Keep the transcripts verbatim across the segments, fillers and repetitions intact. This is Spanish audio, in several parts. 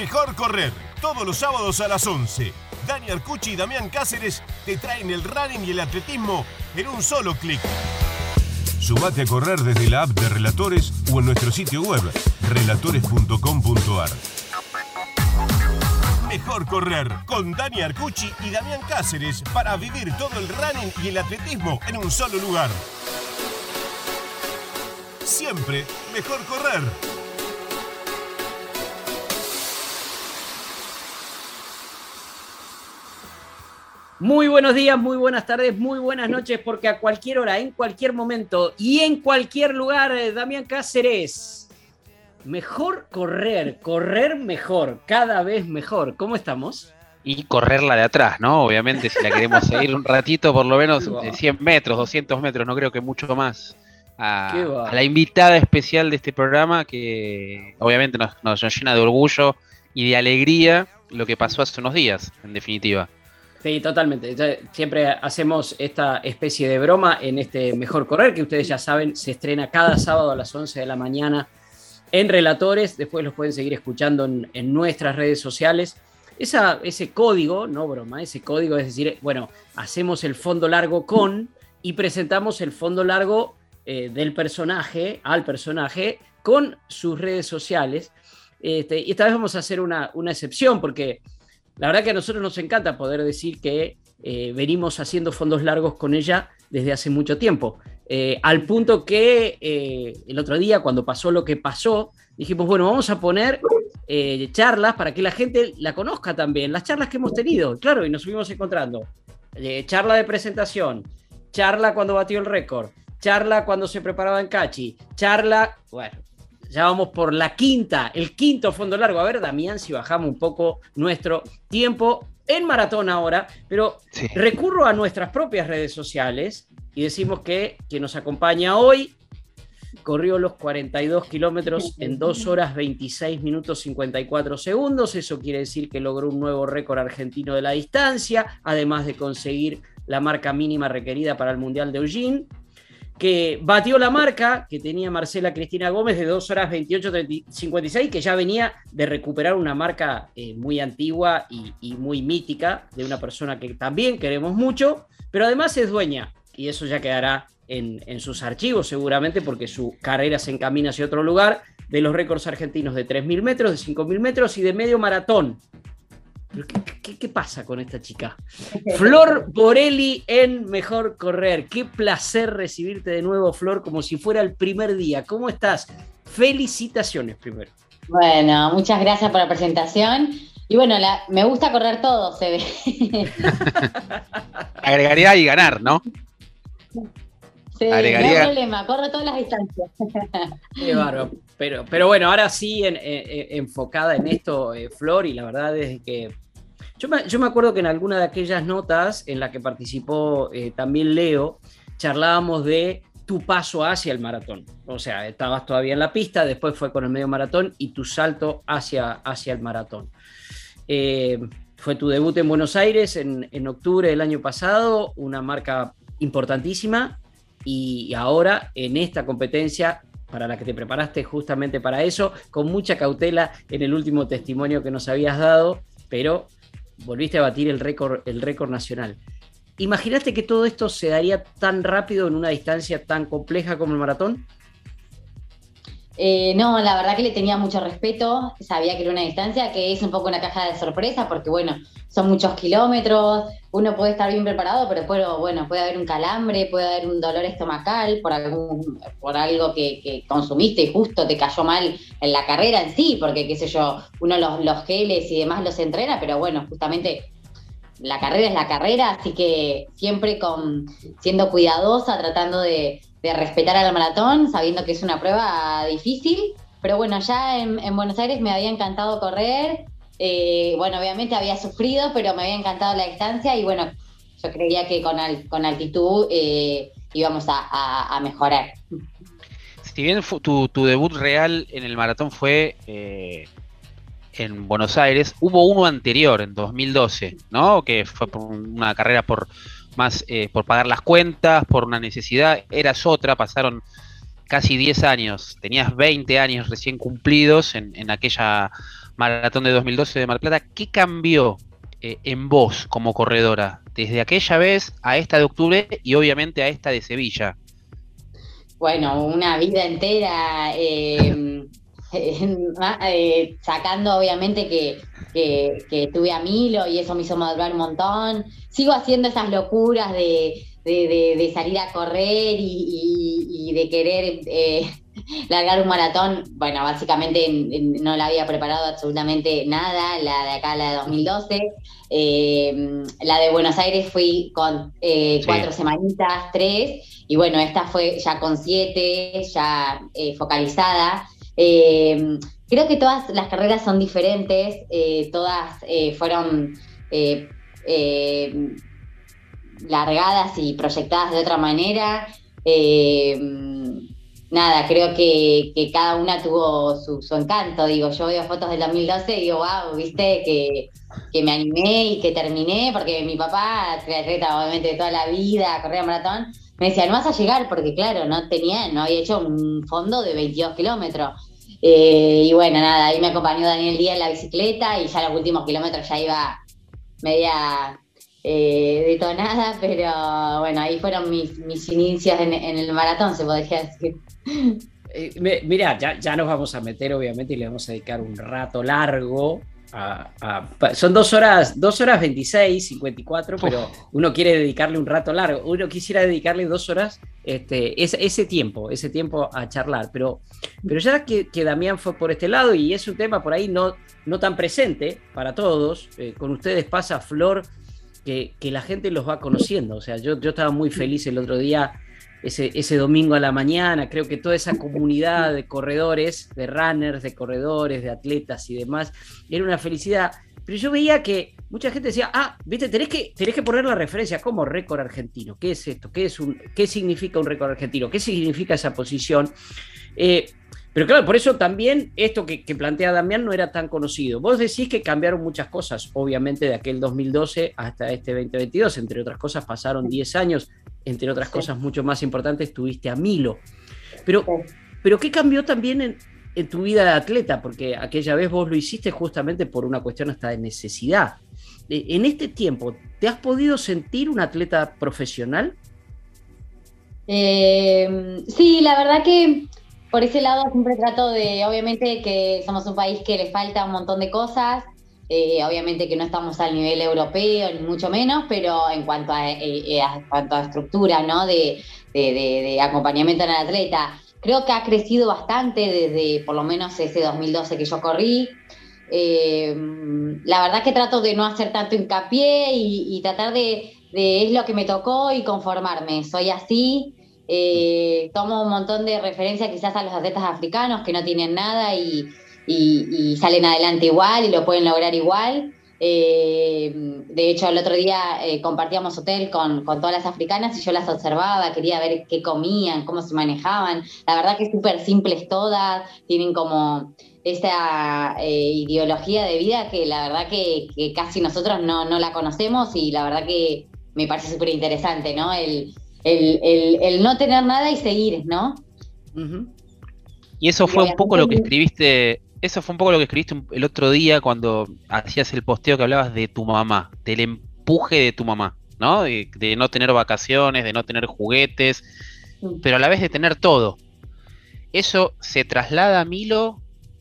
Mejor Correr, todos los sábados a las once. Dani Arcucci y Damián Cáceres te traen el running y el atletismo en un solo clic. Sumate a correr desde la app de Relatores o en nuestro sitio web, relatores punto com punto ar. Mejor Correr, con Dani Arcucci y Damián Cáceres, para vivir todo el running y el atletismo en un solo lugar. Siempre mejor correr. Muy buenos días, muy buenas tardes, muy buenas noches, porque a cualquier hora, en cualquier momento y en cualquier lugar, Damián Cáceres, mejor correr, correr mejor, cada vez mejor. ¿Cómo estamos? Y correrla de atrás, ¿no? Obviamente, si la queremos seguir un ratito, por lo menos de cien metros, doscientos metros, no creo que mucho más. A, a la invitada especial de este programa, que obviamente nos, nos llena de orgullo y de alegría lo que pasó hace unos días, en definitiva. Sí, totalmente. Siempre hacemos esta especie de broma en este Mejor Correr, que ustedes ya saben, se estrena cada sábado a las once de la mañana en Relatores. Después los pueden seguir escuchando en, en nuestras redes sociales. Esa, ese código, no broma, ese código es decir, bueno, hacemos el fondo largo con y presentamos el fondo largo eh, del personaje, al personaje, con sus redes sociales. Este, y esta vez vamos a hacer una, una excepción, porque la verdad que a nosotros nos encanta poder decir que eh, venimos haciendo fondos largos con ella desde hace mucho tiempo. Eh, al punto que eh, el otro día, cuando pasó lo que pasó, dijimos, bueno, vamos a poner eh, charlas para que la gente la conozca también, las charlas que hemos tenido, claro, y nos fuimos encontrando. Eh, charla de presentación, charla cuando batió el récord, charla cuando se preparaba en Cachi, charla, bueno, ya vamos por la quinta, el quinto fondo largo. A ver, Damián, si bajamos un poco nuestro tiempo en maratón ahora, pero sí. Recurro a nuestras propias redes sociales y decimos que quien nos acompaña hoy corrió los cuarenta y dos kilómetros en dos horas veintiséis minutos cincuenta y cuatro segundos. Eso quiere decir que logró un nuevo récord argentino de la distancia, además de conseguir la marca mínima requerida para el Mundial de Eugene, que batió la marca que tenía Marcela Cristina Gómez de dos horas veintiocho cincuenta y seis, que ya venía de recuperar una marca eh, muy antigua y, y muy mítica de una persona que también queremos mucho, pero además es dueña, y eso ya quedará en, en sus archivos seguramente, porque su carrera se encamina hacia otro lugar, de los récords argentinos de tres mil metros, de cinco mil metros y de medio maratón. ¿Pero qué, qué, qué pasa con esta chica? Flor Borelli en Mejor Correr. Qué placer recibirte de nuevo, Flor, como si fuera el primer día. ¿Cómo estás? Felicitaciones primero. Bueno, muchas gracias por la presentación. Y bueno, la, me gusta correr todo, se ve. Agregaría y ganar, ¿no? Sí, Agregaría... no hay problema, corro todas las distancias. Qué bárbaro. Pero, pero bueno, ahora sí en, en, enfocada en esto, eh, Flor, y la verdad es que yo me, yo me acuerdo que en alguna de aquellas notas en la que participó eh, también Leo, charlábamos de tu paso hacia el maratón. O sea, estabas todavía en la pista, después fue con el medio maratón y tu salto hacia, hacia el maratón. Eh, fue tu debut en Buenos Aires en, en octubre del año pasado, una marca importantísima, y ahora en esta competencia para la que te preparaste justamente para eso, con mucha cautela en el último testimonio que nos habías dado, pero volviste a batir el récord, el récord nacional. ¿Imaginaste que todo esto se daría tan rápido en una distancia tan compleja como el maratón? Eh, no, la verdad que le tenía mucho respeto, sabía que era una distancia que es un poco una caja de sorpresa, porque bueno, son muchos kilómetros, uno puede estar bien preparado, pero después, bueno, puede haber un calambre, puede haber un dolor estomacal por algún, por algo que, que consumiste y justo te cayó mal en la carrera en sí, porque qué sé yo, uno los, los geles y demás los entrena, pero bueno, justamente la carrera es la carrera, así que siempre con siendo cuidadosa, tratando de de respetar al maratón, sabiendo que es una prueba difícil, pero bueno, ya en, en Buenos Aires me había encantado correr, eh, bueno, obviamente había sufrido, pero me había encantado la distancia y bueno, yo creía que con, al, con altitud eh, íbamos a, a, a mejorar. Si bien tu, tu debut real en el maratón fue eh, en Buenos Aires, hubo uno anterior, en dos mil doce, ¿no? Que fue por una carrera por más eh, por pagar las cuentas, por una necesidad, eras otra, pasaron casi diez años, tenías veinte años recién cumplidos en, en aquella maratón de dos mil doce de Mar del Plata. ¿Qué cambió eh, en vos como corredora desde aquella vez a esta de octubre y obviamente a esta de Sevilla? Bueno, una vida entera, eh, eh, sacando obviamente que, que, que tuve a Milo y eso me hizo madurar un montón. Sigo haciendo esas locuras de, de, de, de salir a correr y, y, y de querer eh, largar un maratón. Bueno, básicamente no la había preparado absolutamente nada, la de acá, la de dos mil doce. Eh, la de Buenos Aires fui con eh, sí. cuatro semanitas, tres. Y bueno, esta fue ya con siete, ya eh, focalizada. Eh, creo que todas las carreras son diferentes, eh, todas eh, fueron eh, eh, largadas y proyectadas de otra manera. Eh, nada, creo que, que cada una tuvo su, su encanto. Digo, yo veo fotos del dos mil doce y digo, wow, viste, que, que me animé y que terminé, porque mi papá, atleta obviamente de toda la vida, corría maratón, me decía, no vas a llegar, porque claro, no tenía, no había hecho un fondo de veintidós kilómetros. Eh, y bueno, nada, ahí me acompañó Daniel Díaz en la bicicleta y ya los últimos kilómetros ya iba media eh, detonada, pero bueno, ahí fueron mis, mis inicios en, en el maratón, se podría decir. Eh, me, mira, ya, ya nos vamos a meter obviamente y le vamos a dedicar un rato largo. A, a, son dos horas, dos horas veintiséis, cincuenta y cuatro, pero uno quiere dedicarle un rato largo, uno quisiera dedicarle dos horas, este, ese, ese tiempo, ese tiempo a charlar, pero, pero ya que, que Damián fue por este lado y es un tema por ahí no, no tan presente para todos, eh, con ustedes pasa, Flor, que, que la gente los va conociendo, o sea, yo, yo estaba muy feliz el otro día, Ese, ese domingo a la mañana, creo que toda esa comunidad de corredores, de runners, de corredores, de atletas y demás, era una felicidad, pero yo veía que mucha gente decía, ah, viste, tenés que, tenés que poner la referencia como récord argentino, ¿qué es esto? ¿Qué, es un, qué significa un récord argentino? ¿Qué significa esa posición? Eh, pero claro, por eso también esto que, que plantea Damián no era tan conocido. Vos decís que cambiaron muchas cosas, obviamente de aquel dos mil doce hasta este veinte veintidós, entre otras cosas pasaron diez años, entre otras sí. cosas mucho más importantes, tuviste a Milo. Pero, sí. pero ¿qué cambió también en, en tu vida de atleta? Porque aquella vez vos lo hiciste justamente por una cuestión hasta de necesidad. En este tiempo, ¿te has podido sentir un atleta profesional? Eh, sí, la verdad que por ese lado siempre trato de, obviamente que somos un país que le falta un montón de cosas, eh, obviamente que no estamos al nivel europeo, ni mucho menos, pero en cuanto a, eh, a, cuanto a estructura, ¿no? de, de, de, de acompañamiento en el atleta, creo que ha crecido bastante desde por lo menos ese dos mil doce que yo corrí. Eh, la verdad que trato de no hacer tanto hincapié y, y tratar de, de es lo que me tocó y conformarme, soy así. Eh, tomo un montón de referencia quizás a los atletas africanos que no tienen nada y, y, y salen adelante igual y lo pueden lograr igual. Eh, de hecho, el otro día eh, compartíamos hotel con, con todas las africanas y yo las observaba, quería ver qué comían, cómo se manejaban. La verdad que es súper simples todas, tienen como esa eh, ideología de vida que la verdad que, que casi nosotros no, no la conocemos y la verdad que me parece súper interesante, ¿no? El El, el, el no tener nada y seguir, ¿no? Uh-huh. Y eso fue un poco lo que escribiste, eso fue un poco lo que escribiste el otro día cuando hacías el posteo que hablabas de tu mamá, del empuje de tu mamá, ¿no? De, de no tener vacaciones, de no tener juguetes, sí. pero a la vez de tener todo. ¿Eso se traslada a Milo?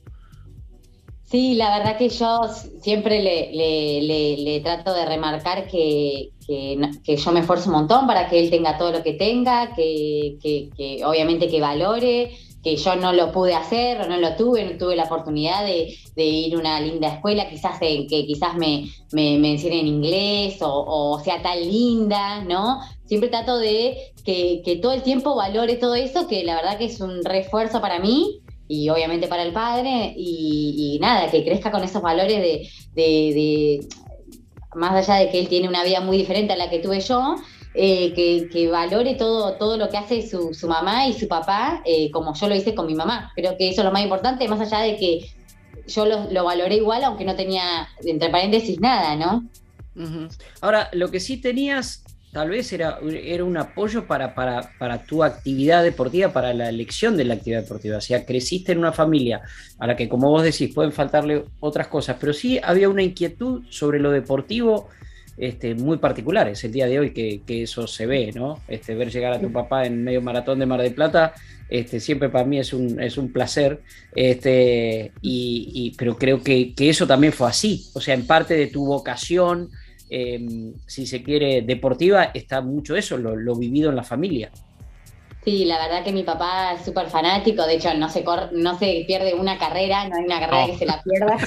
Sí, la verdad que yo siempre le, le, le, le trato de remarcar que, que, que yo me esfuerzo un montón para que él tenga todo lo que tenga, que, que, que obviamente que valore, que yo no lo pude hacer o no lo tuve, no tuve la oportunidad de, de ir a una linda escuela, quizás de, que quizás me, me, me enseñen inglés o, o sea tan linda, ¿no? Siempre trato de que, que todo el tiempo valore todo eso, que la verdad que es un refuerzo para mí, y obviamente para el padre, y, y nada, que crezca con esos valores de, de, de, más allá de que él tiene una vida muy diferente a la que tuve yo, eh, que, que valore todo, todo lo que hace su, su mamá y su papá, eh, como yo lo hice con mi mamá. Creo que eso es lo más importante, más allá de que yo lo, lo valoré igual, aunque no tenía, entre paréntesis, nada, ¿no? Uh-huh. Ahora, lo que sí tenías tal vez era, era un apoyo para, para, para tu actividad deportiva, para la elección de la actividad deportiva. O sea, creciste en una familia a la que, como vos decís, pueden faltarle otras cosas, pero sí había una inquietud sobre lo deportivo este, muy particular. Es el día de hoy que, que eso se ve, ¿no? Este, ver llegar a tu papá en medio maratón de Mar del Plata, este, siempre para mí es un, es un placer, este, y, y, pero creo que, que eso también fue así. O sea, en parte de tu vocación, Eh, si se quiere, deportiva, está mucho eso, lo, lo vivido en la familia. Sí, la verdad que mi papá es súper fanático, de hecho no se, cor- no se pierde una carrera, no hay una carrera no. que se la pierda.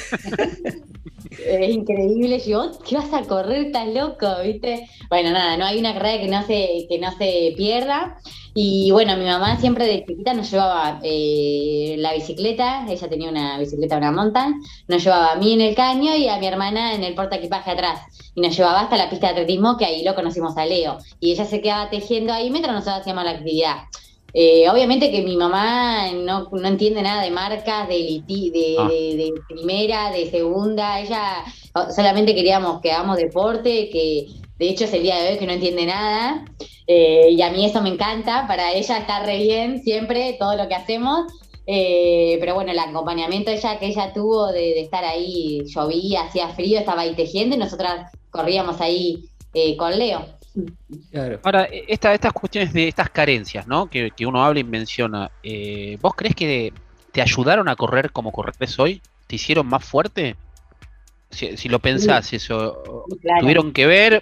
Es increíble, yo, ¿qué vas a correr tan loco? ¿Viste? Bueno, nada, no hay una carrera que no se, que no se pierda. Y bueno, mi mamá siempre de chiquita nos llevaba eh, la bicicleta, ella tenía una bicicleta, una mountain, nos llevaba a mí en el caño y a mi hermana en el portaequipaje atrás. Y nos llevaba hasta la pista de atletismo, que ahí lo conocimos a Leo. Y ella se quedaba tejiendo ahí mientras nosotros hacíamos la actividad. Eh, obviamente que mi mamá no, no entiende nada de marcas, de, liti, de, ah. de, de primera, de segunda. Ella solamente queríamos que hagamos deporte, que de hecho es el día de hoy que no entiende nada. Eh, y a mí eso me encanta. Para ella está re bien siempre todo lo que hacemos. Eh, pero bueno, el acompañamiento ella, que ella tuvo de, de estar ahí, llovía, hacía frío, estaba ahí tejiendo y nosotras corríamos ahí eh, con Leo. Claro. Ahora, esta, estas cuestiones de estas carencias, ¿no? Que, que uno habla y menciona, eh, ¿vos crees que te ayudaron a correr como corres hoy? ¿Te hicieron más fuerte? Si, si lo pensás, sí. Eso, claro. ¿Tuvieron que ver?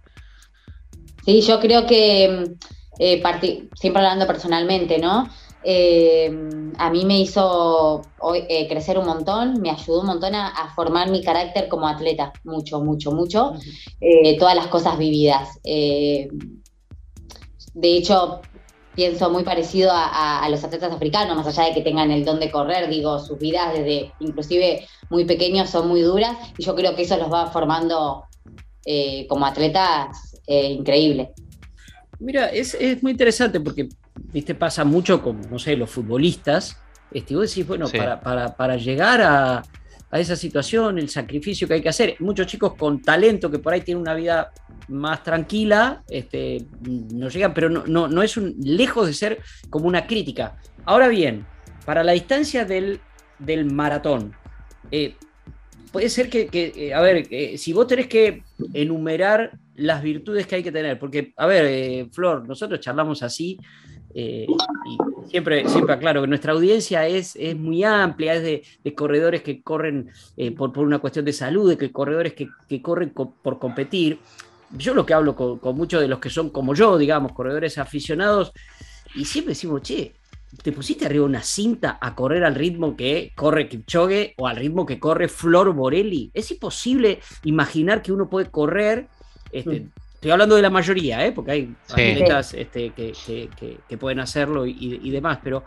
Sí, yo creo que, eh, partí, siempre hablando personalmente, ¿no? Eh, a mí me hizo hoy, eh, crecer un montón, me ayudó un montón a, a formar mi carácter como atleta, mucho, mucho, mucho, uh-huh. eh, todas las cosas vividas. Eh, de hecho, pienso muy parecido a, a, a los atletas africanos, más allá de que tengan el don de correr, digo, sus vidas desde inclusive muy pequeños son muy duras, y yo creo que eso los va formando eh, como atletas eh, increíble. Mira, es, es muy interesante porque, viste, pasa mucho con, no sé, los futbolistas. Este, vos decís, bueno, sí. para, para, para llegar a, a esa situación, el sacrificio que hay que hacer. Muchos chicos con talento que por ahí tienen una vida más tranquila, este, no llegan, pero no, no, no es un, lejos de ser como una crítica. Ahora bien, para la distancia del, del maratón, eh, puede ser que, que a ver, eh, si vos tenés que enumerar las virtudes que hay que tener, porque, a ver, eh, Flor, nosotros charlamos así, eh, y siempre, siempre aclaro que nuestra audiencia es, es muy amplia, es de, de corredores que corren eh, por, por una cuestión de salud, de que corredores que, que corren co- por competir. Yo lo que hablo con, con muchos de los que son como yo, digamos, corredores aficionados, y siempre decimos, che, ¿te pusiste arriba una cinta a correr al ritmo que corre Kipchoge o al ritmo que corre Flor Borelli? Es imposible imaginar que uno puede correr, este, mm. estoy hablando de la mayoría, ¿eh? Porque hay sí. atletas este, que, que, que, que pueden hacerlo y, y demás, pero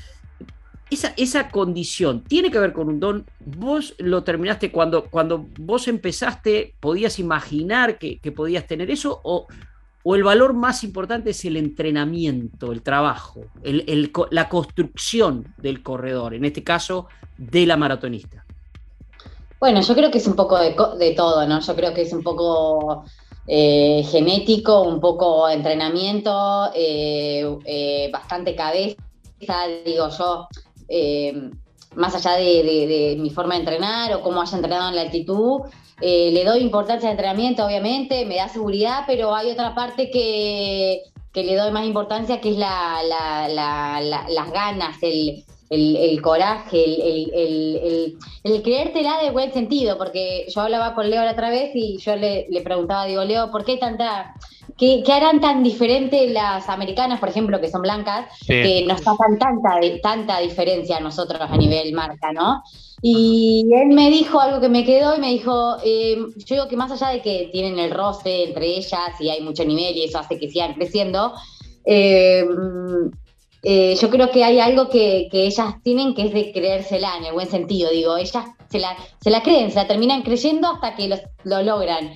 esa, esa condición tiene que ver con un don. Vos lo terminaste cuando, cuando vos empezaste, ¿podías imaginar que, que podías tener eso o... ¿O el valor más importante es el entrenamiento, el trabajo, el, el, la construcción del corredor, en este caso de la maratonista? Bueno, yo creo que es un poco de, de todo, ¿no? Yo creo que es un poco eh, genético, un poco entrenamiento, eh, eh, bastante cabeza, digo yo, eh, más allá de, de, de mi forma de entrenar o cómo haya entrenado en la altitud. Eh, le doy importancia al entrenamiento, obviamente, me da seguridad, pero hay otra parte que, que le doy más importancia, que es la, la, la, la, las ganas, el, el, el coraje, el, el, el, el, el creértela de buen sentido, porque yo hablaba con Leo la otra vez y yo le, le preguntaba, digo, Leo, ¿por qué tanta... ¿Qué, ¿Qué harán tan diferente las americanas, por ejemplo, que son blancas, sí. que nos sacan tanta, tanta diferencia a nosotros a nivel marca, ¿no? Y él me dijo algo que me quedó y me dijo, eh, yo digo que más allá de que tienen el roce entre ellas y hay mucho nivel y eso hace que sigan creciendo, eh, eh, yo creo que hay algo que, que ellas tienen que es de creérsela en el buen sentido, digo, ellas se la, se la creen, se la terminan creyendo hasta que lo, lo logran.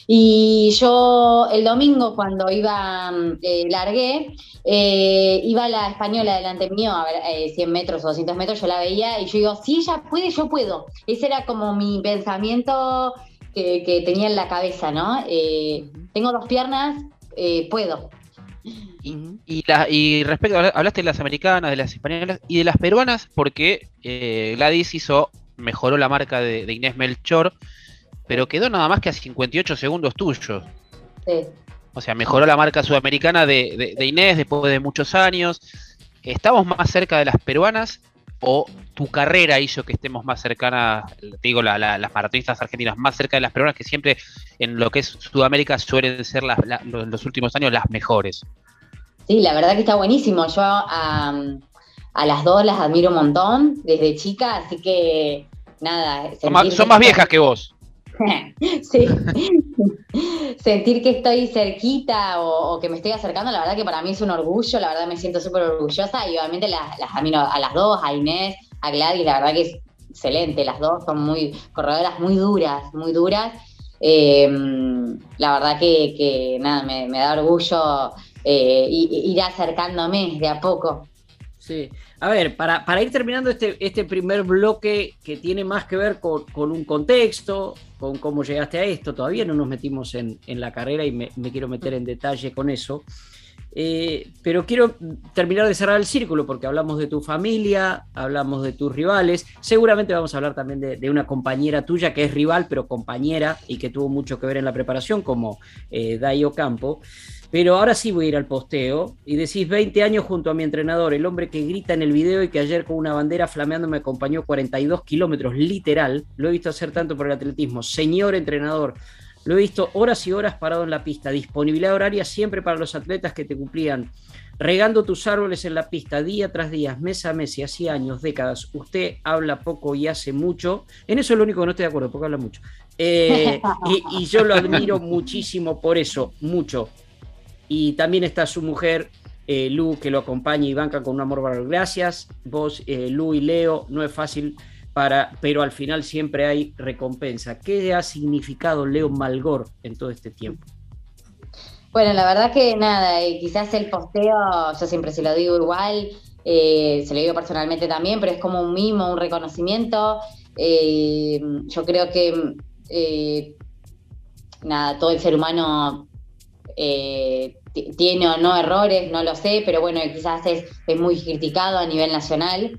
Y yo el domingo cuando iba, eh, largué, eh, iba la española delante mío, a ver, eh, cien metros o doscientos metros, yo la veía y yo digo, si ella puede, yo puedo. Ese era como mi pensamiento que, que tenía en la cabeza, ¿no? Eh, tengo dos piernas, eh, puedo. Y, y, la, y respecto, hablaste de las americanas, de las españolas y de las peruanas, porque eh, Gladys hizo, mejoró la marca de, de Inés Melchor, pero quedó nada más que a cincuenta y ocho segundos tuyos. Sí. O sea, mejoró la marca sudamericana de, de, de Inés después de muchos años. ¿Estamos más cerca de las peruanas o tu carrera hizo que estemos más cercanas, te digo, la, la, las maratonistas argentinas, más cerca de las peruanas, que siempre en lo que es Sudamérica suelen ser las, la, los, los últimos años las mejores? Sí, la verdad que está buenísimo. Yo a, a las dos las admiro un montón desde chica, así que nada. Son más, son más viejas que vos. Sí. Sentir que estoy cerquita o, o que me estoy acercando, la verdad que para mí es un orgullo, la verdad me siento súper orgullosa y obviamente las, las admiro a las dos, a Inés, a Gladys, la verdad que es excelente, las dos son muy corredoras, muy duras, muy duras. Eh, la verdad que, que nada, me, me da orgullo eh, ir acercándome de a poco. Sí. A ver, para, para ir terminando este, este primer bloque que tiene más que ver con, con un contexto, con cómo llegaste a esto, todavía no nos metimos en, en la carrera y me, me quiero meter en detalle con eso, eh, pero quiero terminar de cerrar el círculo porque hablamos de tu familia, hablamos de tus rivales, seguramente vamos a hablar también de, de una compañera tuya que es rival pero compañera y que tuvo mucho que ver en la preparación como eh, Dai Ocampo. Pero ahora sí voy a ir al posteo y decís veinte años junto a mi entrenador, el hombre que grita en el video y que ayer con una bandera flameando me acompañó cuarenta y dos kilómetros, literal, lo he visto hacer tanto por el atletismo, señor entrenador, lo he visto horas y horas parado en la pista, disponibilidad horaria siempre para los atletas que te cumplían, regando tus árboles en la pista día tras día, mes a mes y hacía años, décadas, usted habla poco y hace mucho, en eso es lo único que no estoy de acuerdo, porque habla mucho, eh, y, y yo lo admiro muchísimo por eso, mucho. Y también está su mujer, eh, Lu, que lo acompaña y banca con un amor bárbaro. Gracias, vos, eh, Lu y Leo, no es fácil, para, pero al final siempre hay recompensa. ¿Qué ha significado Leo Malgor en todo este tiempo? Bueno, la verdad que nada, eh, quizás el posteo, yo siempre se lo digo igual, eh, se lo digo personalmente también, pero es como un mimo, un reconocimiento. Eh, yo creo que eh, nada, todo el ser humano... Eh, t- tiene o no errores, no lo sé, pero bueno, quizás es, es muy criticado a nivel nacional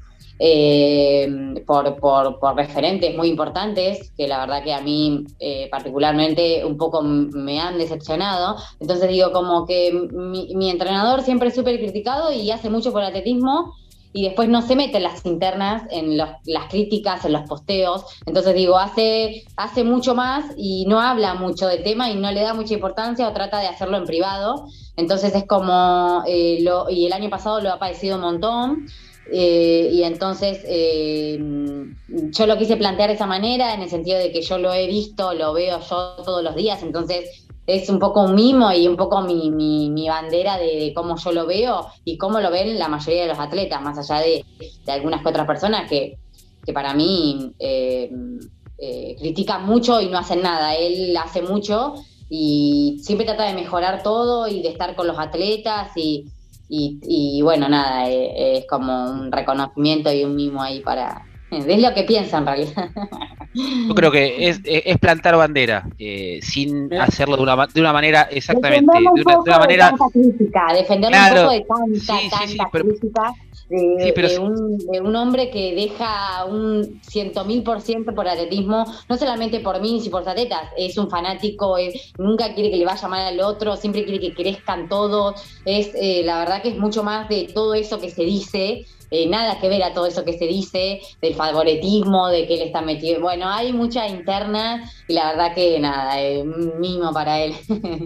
eh, por, por, por referentes muy importantes, que la verdad que a mí eh, particularmente un poco m- me han decepcionado. Entonces digo, como que mi, mi entrenador siempre es súper criticado y hace mucho por el atletismo, y después no se mete en las internas, en los, las críticas, en los posteos. Entonces digo, hace, hace mucho más y no habla mucho del tema y no le da mucha importancia o trata de hacerlo en privado. Entonces es como, eh, lo, y el año pasado lo ha padecido un montón. Eh, y entonces eh, yo lo quise plantear de esa manera, en el sentido de que yo lo he visto, lo veo yo todos los días, entonces es un poco un mimo y un poco mi, mi, mi bandera de, de cómo yo lo veo y cómo lo ven la mayoría de los atletas, más allá de, de algunas que otras personas que, que para mí eh, eh, critican mucho y no hacen nada. Él hace mucho y siempre trata de mejorar todo y de estar con los atletas y, y, y bueno, nada, eh, es como un reconocimiento y un mimo ahí para... Es lo que piensa en realidad. Yo creo que es, es plantar bandera, eh, sin hacerlo de una, de una manera exactamente, de una, de una manera... De tanta crítica, defenderlo claro, un poco de tanta, sí, tanta sí, sí, pero, crítica de, sí, pero, de, un, de un hombre que deja un ciento mil por ciento por atletismo, no solamente por mí, sino por los atletas, es un fanático, es, nunca quiere que le vaya mal al otro, siempre quiere que crezcan todos, es eh, la verdad que es mucho más de todo eso que se dice. Eh, nada que ver a todo eso que se dice, del favoritismo, de que él está metido. Bueno, hay mucha interna y la verdad que nada, eh, mimo para él.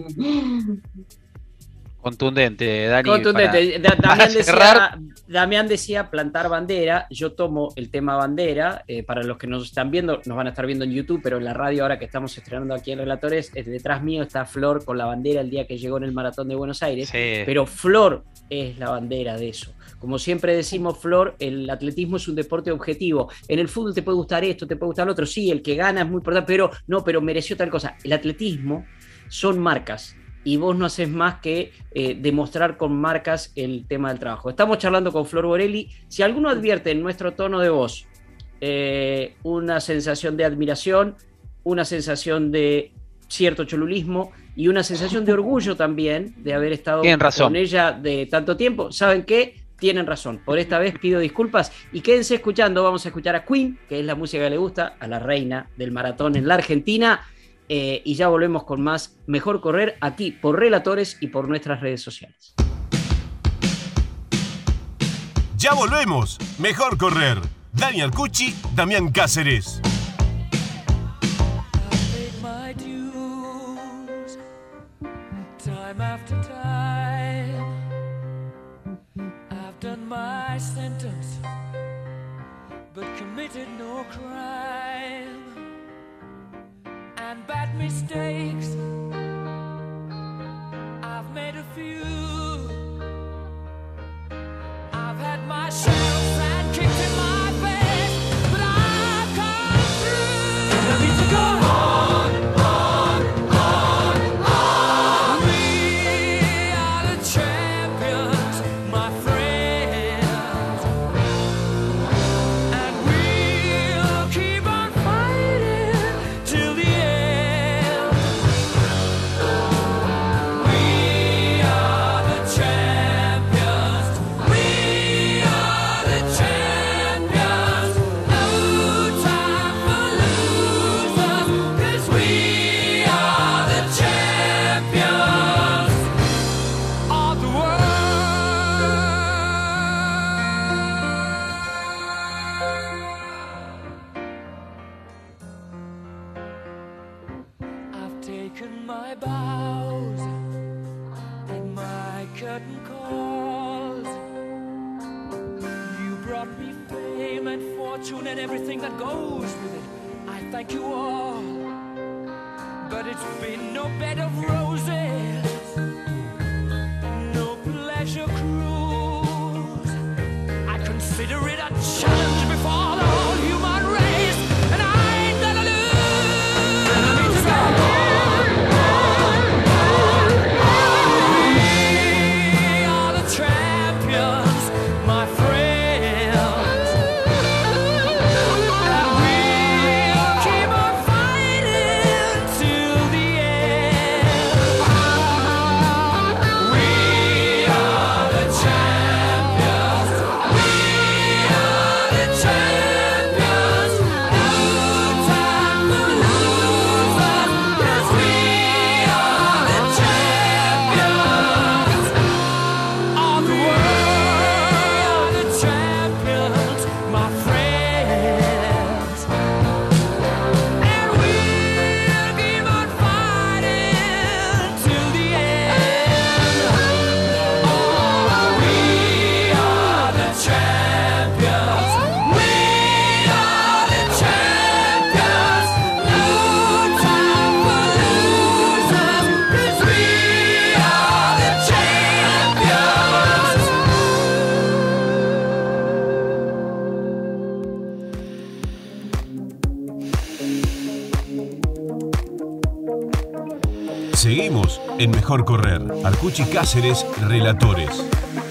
Contundente, Dani. Contundente. Para, Damián, para decía, Damián decía plantar bandera. Yo tomo el tema bandera. Eh, para los que nos están viendo, nos van a estar viendo en YouTube, pero en la radio, ahora que estamos estrenando aquí en Relatores, eh, detrás mío está Flor con la bandera el día que llegó en el Maratón de Buenos Aires. Sí. Pero Flor es la bandera de eso. Como siempre decimos, Flor, el atletismo es un deporte objetivo. En el fútbol te puede gustar esto, te puede gustar lo otro. Sí, el que gana es muy importante, pero no, pero mereció tal cosa. El atletismo son marcas. Y vos no haces más que eh, demostrar con marcas el tema del trabajo. Estamos charlando con Flor Borelli. Si alguno advierte en nuestro tono de voz eh, una sensación de admiración, una sensación de cierto cholulismo y una sensación de orgullo también de haber estado razón. con ella de tanto tiempo. ¿Saben qué? Tienen razón. Por esta vez pido disculpas y quédense escuchando. Vamos a escuchar a Queen, que es la música que le gusta, a la reina del maratón en la Argentina. Eh, y ya volvemos con más Mejor Correr aquí por Relatores y por nuestras redes sociales. Ya volvemos. Mejor Correr. Dani Arcucci, Damián Cáceres. Time after time, I've done my sentence, but committed no crime. And bad mistakes, I've made a few. I've had my shells and kicked in my face, but I've come through. Let me to go on, on, on, on. We are the champions, my friends, and we'll keep on fighting till the end. We are the champions. We are the champions. No time for losers, 'cause we are the champions of the world. I've taken my bows and my curtain calls. You brought me fame and fortune and everything that goes with it. I thank you all, but it's been no bed of roses, no pleasure cruise. I consider it a challenge before the whole human race, and I ain't gonna lose. I mean to go We are the champions, my friends, and we'll keep on fighting till the end. We are the champions. We are the champions. No time for losers, 'cause we are the champions of the world. The champions, my friends, and we'll keep on fighting till the end. Oh, we are the champions. We are the champions. No time for losers, 'cause we are the champions. Seguimos en Mejor Correr. Arcucci Cáceres, Relatores.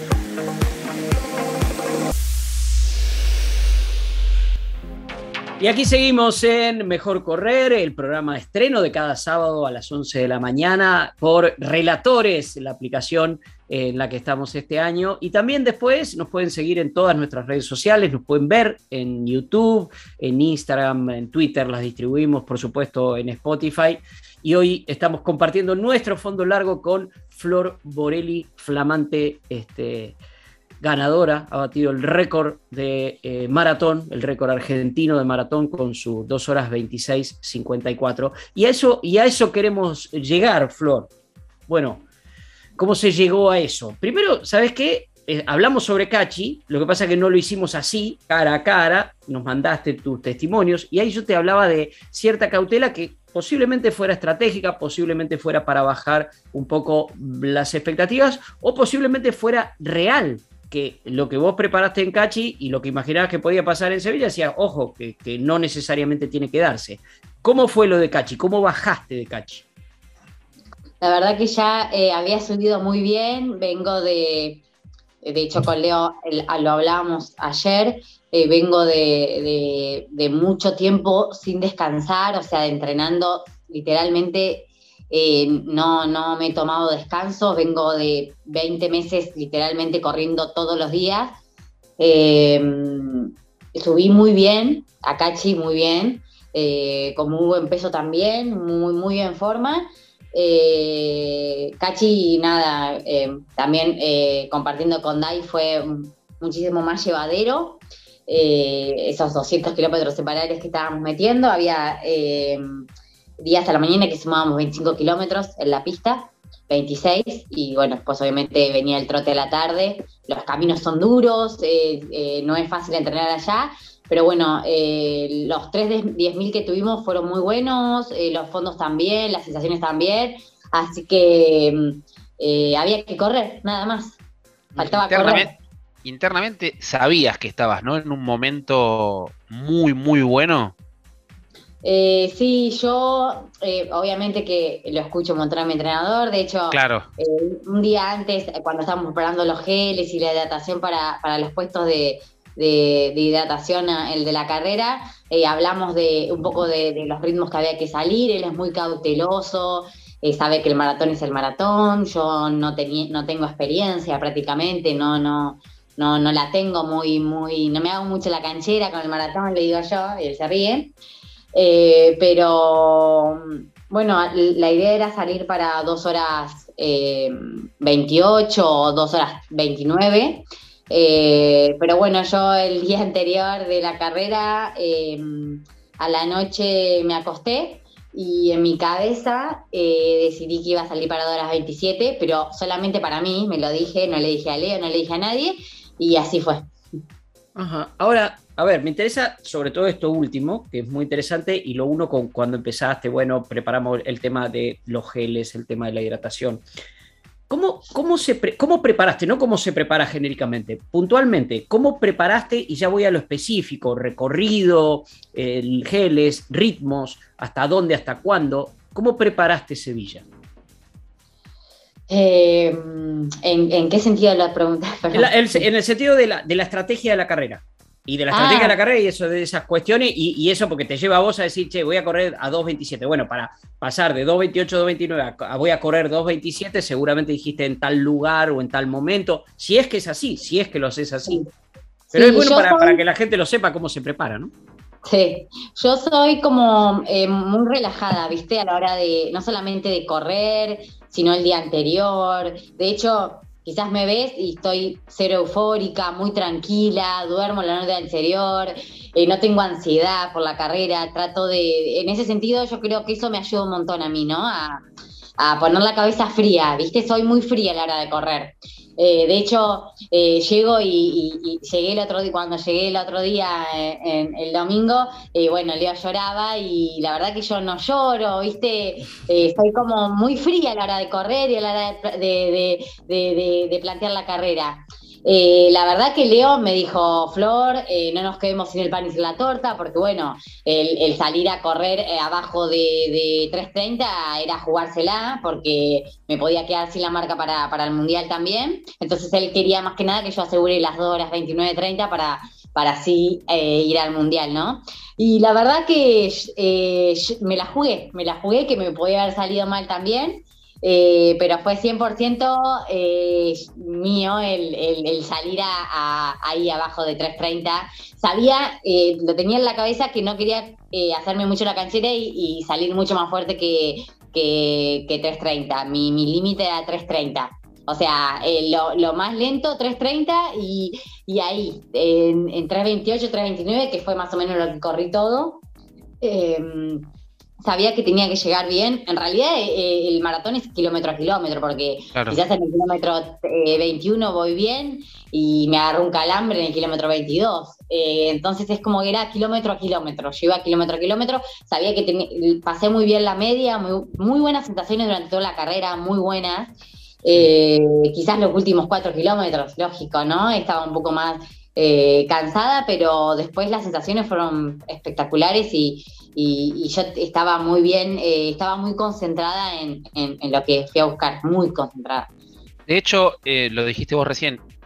Y aquí seguimos en Mejor Correr, el programa de estreno de cada sábado a las once de la mañana por Relatores, la aplicación en la que estamos este año. Y también después nos pueden seguir en todas nuestras redes sociales, nos pueden ver en YouTube, en Instagram, en Twitter, las distribuimos, por supuesto, en Spotify. Y hoy estamos compartiendo nuestro fondo largo con Flor Borelli, flamante este, ganadora, ha batido el récord de eh, maratón, el récord argentino de maratón con sus dos horas veintiséis cincuenta y cuatro. Y a eso, y a eso queremos llegar, Flor. Bueno, ¿cómo se llegó a eso? Primero, ¿sabes qué? Eh, hablamos sobre Cachi, lo que pasa es que no lo hicimos así, cara a cara, nos mandaste tus testimonios, y ahí yo te hablaba de cierta cautela que posiblemente fuera estratégica, posiblemente fuera para bajar un poco las expectativas, o posiblemente fuera real, que lo que vos preparaste en Cachi y lo que imaginabas que podía pasar en Sevilla, decía, ojo, que, que no necesariamente tiene que darse. ¿Cómo fue lo de Cachi? ¿Cómo bajaste de Cachi? La verdad que ya eh, había subido muy bien, vengo de, de hecho con Leo el, lo hablábamos ayer, eh, vengo de, de, de mucho tiempo sin descansar, o sea, de entrenando literalmente eh, no, no me he tomado descansos, vengo de veinte meses literalmente corriendo todos los días. Eh, subí muy bien, a Cachi muy bien, eh, con muy buen peso también, muy, muy en forma. Eh, Cachi, nada, eh, también eh, compartiendo con Dai fue muchísimo más llevadero. Eh, esos doscientos kilómetros semanales que estábamos metiendo, había eh, días a la mañana que sumábamos veinticinco kilómetros en la pista, veintiséis, y bueno, después obviamente venía el trote a la tarde. Los caminos son duros, eh, eh, no es fácil entrenar allá, pero bueno, eh, los tres de diez mil que tuvimos fueron muy buenos, eh, los fondos también, las sensaciones también, así que eh, había que correr, nada más. Faltaba internamente, correr. Internamente sabías que estabas, ¿no? En un momento muy, muy bueno. Eh, sí, yo eh, obviamente que lo escucho un montón a mi entrenador, de hecho, claro. eh, un día antes, cuando estábamos preparando los geles y la hidratación para, para los puestos de, de, de hidratación, el de la carrera, eh, hablamos de un poco de, de los ritmos que había que salir. Él es muy cauteloso, eh, sabe que el maratón es el maratón, yo no, tení, no tengo experiencia prácticamente, no, no, no, no la tengo muy, muy, no me hago mucho la canchera con el maratón, le digo yo, y él se ríe. Eh, pero bueno, la idea era salir para dos horas eh, veintiocho o dos horas veintinueve, eh, pero bueno, yo el día anterior de la carrera eh, a la noche me acosté y en mi cabeza eh, decidí que iba a salir para dos horas veintisiete, pero solamente para mí, me lo dije, no le dije a Leo, no le dije a nadie, y así fue. Ajá. Ahora, a ver, me interesa sobre todo esto último, que es muy interesante, y lo uno con cuando empezaste, bueno, preparamos el tema de los geles, el tema de la hidratación. ¿Cómo, cómo, se pre- cómo preparaste? No cómo se prepara genéricamente, puntualmente, ¿cómo preparaste? Y ya voy a lo específico, recorrido, el geles, ritmos, hasta dónde, hasta cuándo. ¿Cómo preparaste Sevilla? Eh, ¿en, ¿En qué sentido la pregunta? En, la, el, en el sentido de la, de la estrategia de la carrera. Y de la estrategia ah. de la carrera y eso de esas cuestiones, y, y eso porque te lleva a vos a decir, che, voy a correr a dos veintisiete. Bueno, para pasar de dos veintiocho a dos veintinueve a, a voy a correr dos veintisiete, seguramente dijiste en tal lugar o en tal momento. Si es que es así, si es que lo haces así. Pero sí, es bueno para, soy... para que la gente lo sepa cómo se prepara, ¿no? Sí, yo soy como eh, muy relajada, ¿viste? A la hora de, no solamente de correr, sino el día anterior. De hecho, quizás me ves y estoy cero eufórica, muy tranquila, duermo la noche anterior, eh, no tengo ansiedad por la carrera, trato de... En ese sentido, yo creo que eso me ayuda un montón a mí, ¿no? A, a poner la cabeza fría, ¿viste? Soy muy fría a la hora de correr. Eh, de hecho, eh, llego y, y, y llegué el otro día, cuando llegué el otro día, eh, en, el domingo, eh, bueno, Leo lloraba y la verdad que yo no lloro, ¿viste? Eh, soy como muy fría a la hora de correr y a la hora de, de, de, de, de plantear la carrera. Eh, la verdad que Leo me dijo, Flor, eh, no nos quedemos sin el pan y sin la torta, porque bueno, el, el salir a correr eh, abajo de, de tres treinta era jugársela, porque me podía quedar sin la marca para, para el Mundial también. Entonces él quería más que nada que yo asegure las dos horas veintinueve treinta para, para así eh, ir al Mundial, ¿no? Y la verdad que eh, me la jugué, me la jugué, que me podía haber salido mal también. Eh, pero fue cien por ciento eh, mío el, el, el salir a, a, ahí abajo de tres treinta. Sabía, eh, lo tenía en la cabeza que no quería eh, hacerme mucho la canchera y, y salir mucho más fuerte que, que, que tres treinta. Mi, mi límite era tres treinta. O sea, eh, lo, lo más lento, tres treinta, y, y ahí, en, en tres veintiocho, tres veintinueve, que fue más o menos lo que corrí todo. Eh, Sabía que tenía que llegar bien. En realidad eh, el maratón es kilómetro a kilómetro, porque claro, quizás en el kilómetro eh, veintiuno voy bien y me agarró un calambre en el kilómetro veintidós. Eh, entonces es como que era kilómetro a kilómetro. Yo iba kilómetro a kilómetro, sabía que ten- pasé muy bien la media, muy, muy buenas sensaciones durante toda la carrera, muy buenas. Eh, quizás los últimos cuatro kilómetros, lógico, ¿no? Estaba un poco más eh, cansada, pero después las sensaciones fueron espectaculares y Y, y yo estaba muy bien, eh, estaba muy concentrada en, en, en lo que fui a buscar, muy concentrada. De hecho, eh, lo dijiste vos recién,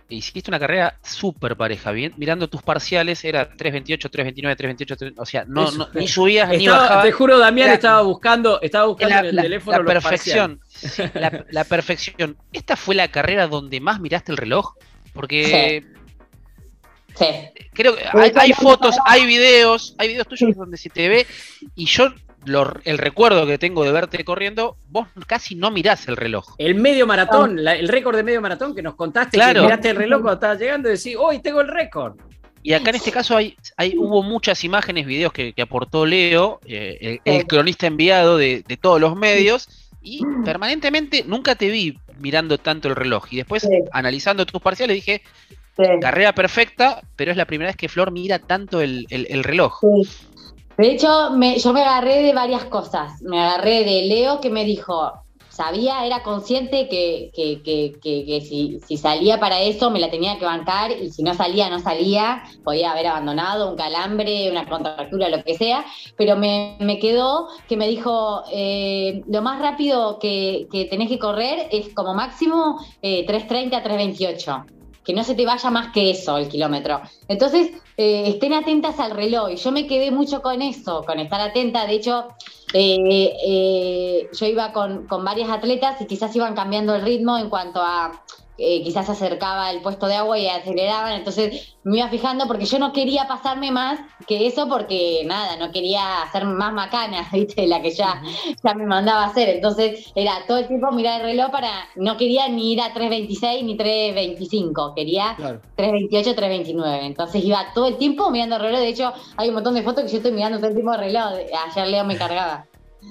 hiciste una carrera súper pareja, bien, mirando tus parciales, era tres veintiocho, tres veintinueve, tres veintiocho, tres, o sea, no, no, ni subías estaba, ni bajabas. Te juro, Damián era, estaba buscando, estaba buscando la, en el la, teléfono la los perfección, sí, la, la perfección. ¿Esta fue la carrera donde más miraste el reloj? Porque... Sí. Sí. Creo que hay, hay fotos, hay videos, hay videos tuyos donde se te ve, y yo lo, el recuerdo que tengo de verte corriendo, vos casi no mirás el reloj. El medio maratón, la, el récord de medio maratón que nos contaste, claro. Que miraste el reloj cuando estabas llegando y decís, hoy tengo el récord. Y acá en este caso hay, hay hubo muchas imágenes, videos que, que aportó Leo, eh, el, el cronista enviado de, de todos los medios, y permanentemente nunca te vi mirando tanto el reloj. Y después, sí. analizando tus parciales, dije... Sí. Carrera perfecta, pero es la primera vez que Flor mira tanto el, el, el reloj. Sí. De hecho, me, yo me agarré de varias cosas. Me agarré de Leo, que me dijo, sabía, era consciente que, que, que, que, que si, si salía para eso me la tenía que bancar, y si no salía, no salía, podía haber abandonado, un calambre, una contractura, lo que sea, pero me, me quedó que me dijo, eh, lo más rápido que, que tenés que correr es como máximo eh, tres treinta, tres veintiocho. Que no se te vaya más que eso el kilómetro. Entonces, eh, estén atentas al reloj. Y yo me quedé mucho con eso, con estar atenta. De hecho, eh, eh, yo iba con, con varias atletas y quizás iban cambiando el ritmo en cuanto a... Eh, quizás se acercaba el puesto de agua y aceleraban, entonces me iba fijando porque yo no quería pasarme más que eso, porque nada, no quería hacer más macana, ¿viste? La que ya, ya me mandaba a hacer, entonces era todo el tiempo mirar el reloj para, no quería ni ir a tres veintiséis ni tres veinticinco, quería claro. tres veintiocho, tres veintinueve, entonces iba todo el tiempo mirando el reloj. De hecho hay un montón de fotos que yo estoy mirando todo el tiempo el reloj, ayer Leo me cargaba,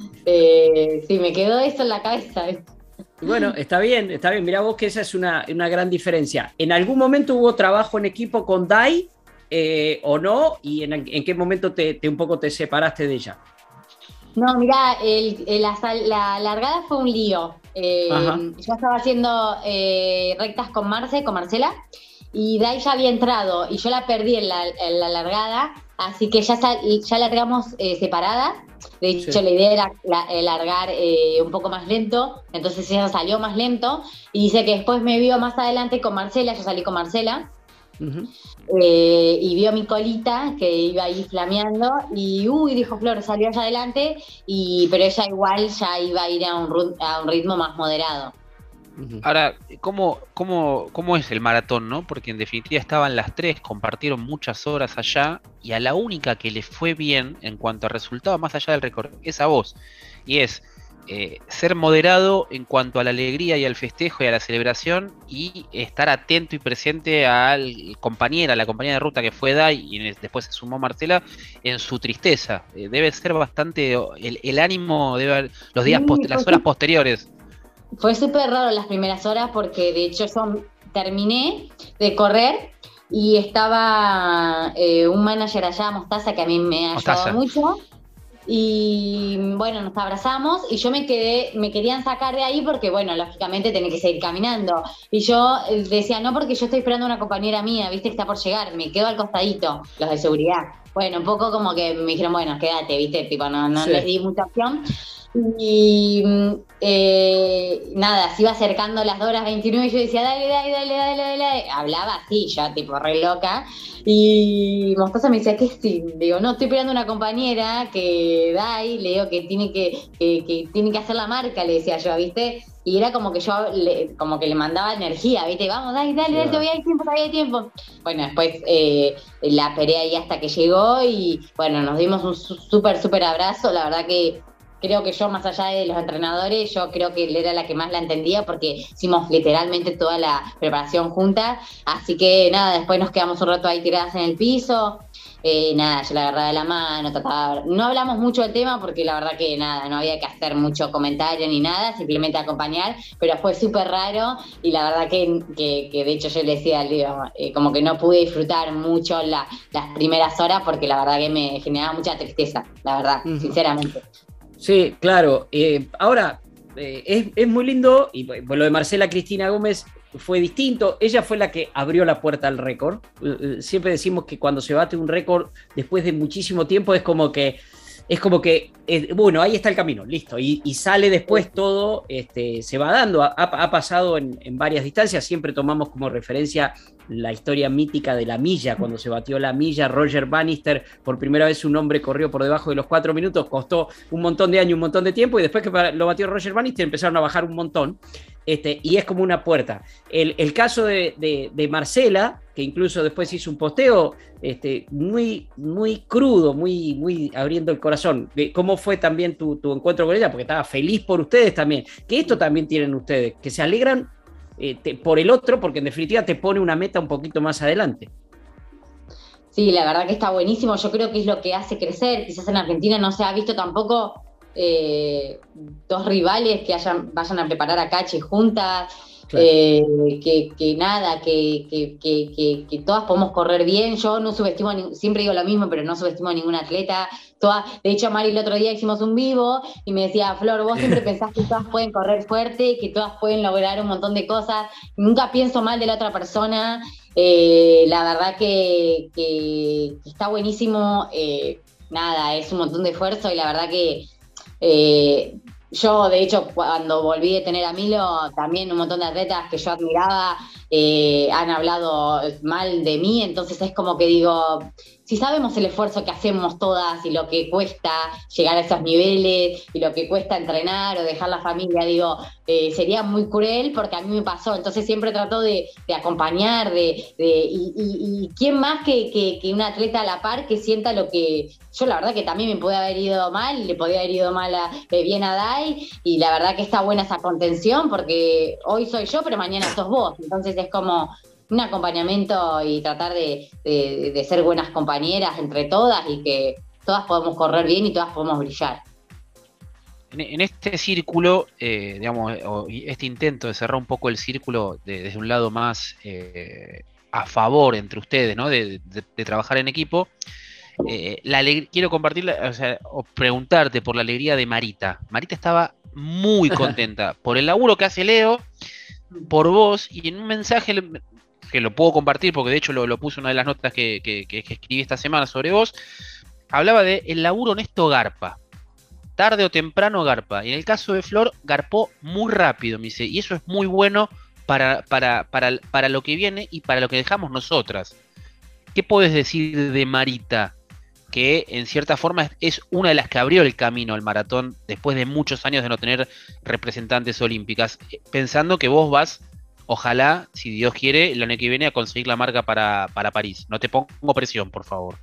eh, sí, me quedó eso en la cabeza, ¿viste? Bueno, está bien, está bien. Mirá vos que esa es una, una gran diferencia. ¿En algún momento hubo trabajo en equipo con Dai eh, o no? ¿Y en, en qué momento te, te un poco te separaste de ella? No, mirá, el, el, la, la largada fue un lío. Eh, yo estaba haciendo eh, rectas con Marce, con Marcela, y Dai ya había entrado y yo la perdí en la, en la largada, así que ya, sal, ya largamos eh, separadas. De hecho, sí. La idea era la, largar eh, un poco más lento, entonces ella salió más lento, y dice que después me vio más adelante con Marcela, yo salí con Marcela, uh-huh. eh, y vio mi colita que iba ahí flameando, y uy, dijo Flor, salió allá adelante, y, pero ella igual ya iba a ir a un, a un ritmo más moderado. Ahora, ¿cómo, cómo, ¿cómo es el maratón, no? Porque en definitiva estaban las tres, compartieron muchas horas allá, y a la única que le fue bien en cuanto a resultados más allá del récord es a vos, y es eh, ser moderado en cuanto a la alegría y al festejo y a la celebración, y estar atento y presente al compañera, a la compañera de ruta que fue Dai, y después se sumó Marcela, en su tristeza. Eh, debe ser bastante, el, el ánimo, debe, los días, post, las horas posteriores. Fue súper raro las primeras horas, porque de hecho yo terminé de correr y estaba eh, un manager allá, Mostaza, que a mí me ha Mostaza. ayudado mucho, y bueno, nos abrazamos y yo me quedé, me querían sacar de ahí porque bueno, lógicamente tenía que seguir caminando, y yo decía no, porque yo estoy esperando a una compañera mía, viste, que está por llegar, me quedo al costadito, los de seguridad. Bueno, un poco como que me dijeron, bueno, quédate, viste, tipo, no, no sí. les di mucha opción. Y eh, nada, se iba acercando las dos horas veintinueve y yo decía, dale, dale, dale, dale, dale. Hablaba así, yo tipo re loca. Y Mostaza me decía, ¿qué sí? Digo, no, estoy esperando una compañera que da y le digo que tiene que, que, que tiene que hacer la marca, le decía yo, ¿viste? Y era como que yo le, como que le mandaba energía, ¿viste? Vamos, dale, dale, dale, todavía hay tiempo, todavía hay tiempo. Bueno, después eh, la esperé ahí hasta que llegó y bueno, nos dimos un súper, súper abrazo. La verdad que creo que yo, más allá de los entrenadores, yo creo que él era la que más la entendía, porque hicimos literalmente toda la preparación juntas. Así que nada, después nos quedamos un rato ahí tiradas en el piso. Eh, nada, yo la agarraba de la mano, trataba, no hablamos mucho del tema porque la verdad que nada, no había que hacer mucho comentario ni nada, simplemente acompañar, pero fue súper raro y la verdad que, que, que de hecho yo le decía al Leo, eh, como que no pude disfrutar mucho la, las primeras horas porque la verdad que me generaba mucha tristeza, la verdad, uh-huh. sinceramente. Sí, claro. Eh, ahora, eh, es, es muy lindo, y bueno, lo de Marcela Cristina Gómez fue distinto. Ella fue la que abrió la puerta al récord. Eh, siempre decimos que cuando se bate un récord después de muchísimo tiempo es como que es como que, eh, bueno, ahí está el camino, listo, y, y sale después todo, este, se va dando, ha, ha pasado en, en varias distancias, siempre tomamos como referencia la historia mítica de la milla, cuando se batió la milla, Roger Bannister, por primera vez un hombre corrió por debajo de los cuatro minutos, costó un montón de años, un montón de tiempo, y después que lo batió Roger Bannister empezaron a bajar un montón, este, y es como una puerta. El, el caso de, de, de Marcela, que incluso después hizo un posteo este, muy, muy crudo, muy, muy abriendo el corazón, de cómo fue también tu, tu encuentro con ella, porque estaba feliz por ustedes también, que esto también tienen ustedes, que se alegran Eh, te, por el otro, porque en definitiva te pone una meta un poquito más adelante. Sí, la verdad que está buenísimo, yo creo que es lo que hace crecer, quizás en Argentina no se ha visto tampoco eh, dos rivales que hayan, vayan a preparar a Cachi juntas, claro. eh, que, que nada, que, que, que, que, que todas podemos correr bien, yo no subestimo, a ni, siempre digo lo mismo, pero no subestimo a ningún atleta. Todas, de hecho, Mari el otro día hicimos un vivo y me decía, Flor, vos siempre pensás que todas pueden correr fuerte, que todas pueden lograr un montón de cosas, nunca pienso mal de la otra persona, eh, la verdad que, que, que está buenísimo, eh, nada, es un montón de esfuerzo y la verdad que eh, yo, de hecho, cuando volví de tener a Milo, también un montón de atletas que yo admiraba eh, han hablado mal de mí, entonces es como que digo, si sabemos el esfuerzo que hacemos todas y lo que cuesta llegar a esos niveles y lo que cuesta entrenar o dejar la familia, digo, eh, sería muy cruel porque a mí me pasó, entonces siempre trato de, de acompañar, de, de y, y, y quién más que, que, que un atleta a la par que sienta lo que yo la verdad que también me puede haber ido mal, le podía haber ido mal a, eh, bien a Dai, y la verdad que está buena esa contención porque hoy soy yo pero mañana sos vos, entonces es como un acompañamiento y tratar de, de, de ser buenas compañeras entre todas y que todas podemos correr bien y todas podemos brillar. En, en este círculo, eh, digamos, o este intento de cerrar un poco el círculo de, desde un lado más eh, a favor entre ustedes, ¿no? De, de, de trabajar en equipo, eh, la quiero compartir, o sea, o preguntarte por la alegría de Marita. Marita estaba muy contenta por el laburo que hace Leo, por vos, y en un mensaje que lo puedo compartir porque de hecho lo, lo puse en una de las notas que, que, que escribí esta semana sobre vos, hablaba de el laburo honesto garpa, tarde o temprano garpa, y en el caso de Flor garpó muy rápido, me dice, y eso es muy bueno para, para, para, para lo que viene y para lo que dejamos nosotras. ¿Qué podés decir de Marita, que en cierta forma es una de las que abrió el camino al maratón después de muchos años de no tener representantes olímpicas, pensando que vos vas, ojalá, si Dios quiere, el año que viene a conseguir la marca para, para París? No te pongo presión, por favor.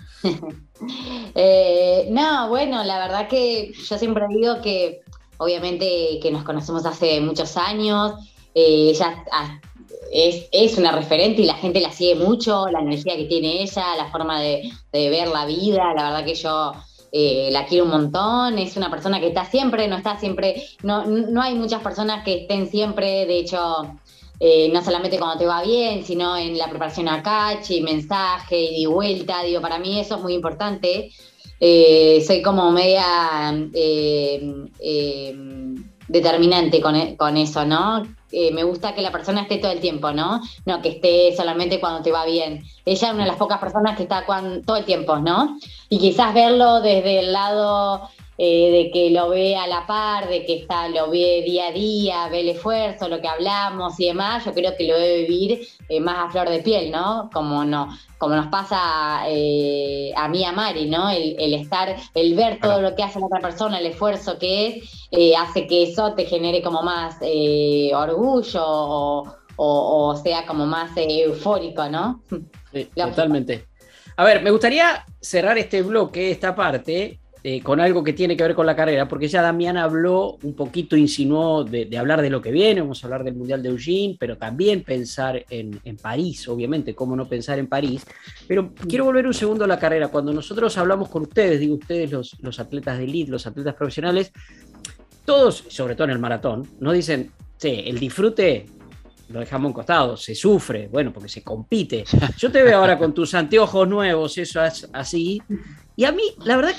eh, no, bueno, la verdad que yo siempre digo que obviamente que nos conocemos hace muchos años, eh, ella es, es una referente y la gente la sigue mucho, la energía que tiene ella, la forma de, de ver la vida, la verdad que yo eh, la quiero un montón, es una persona que está siempre, no está siempre, no, no hay muchas personas que estén siempre, de hecho, eh, no solamente cuando te va bien, sino en la preparación a Cachi, mensaje, ida y vuelta, digo, para mí eso es muy importante, eh, soy como media eh, eh, determinante con, con eso, ¿no? Eh, me gusta que la persona esté todo el tiempo, ¿no? No que esté solamente cuando te va bien. Ella es una de las pocas personas que está cuando, todo el tiempo, ¿no? Y quizás verlo desde el lado eh, de que lo ve a la par, de que está, lo ve día a día, ve el esfuerzo, lo que hablamos y demás, yo creo que lo debe vivir eh, más a flor de piel, ¿no? Como no, como nos pasa eh, a mí, a Mari, ¿no? El, el estar, el ver todo lo que hace la otra persona, el esfuerzo que es, eh, hace que eso te genere como más eh, orgullo o, o, o sea como más eh, eufórico, ¿no? Sí, totalmente. A ver, me gustaría cerrar este bloque, esta parte, eh, con algo que tiene que ver con la carrera, porque ya Damián habló un poquito, insinuó de, de hablar de lo que viene, vamos a hablar del Mundial de Eugene, pero también pensar en, en París, obviamente, cómo no pensar en París, pero quiero volver un segundo a la carrera. Cuando nosotros hablamos con ustedes, digo ustedes, los, los atletas de elite, los atletas profesionales, todos, sobre todo en el maratón, nos dicen, sí, el disfrute lo dejamos a un costado, se sufre, bueno, porque se compite. Yo te veo ahora con tus anteojos nuevos, eso es así, y a mí, la verdad que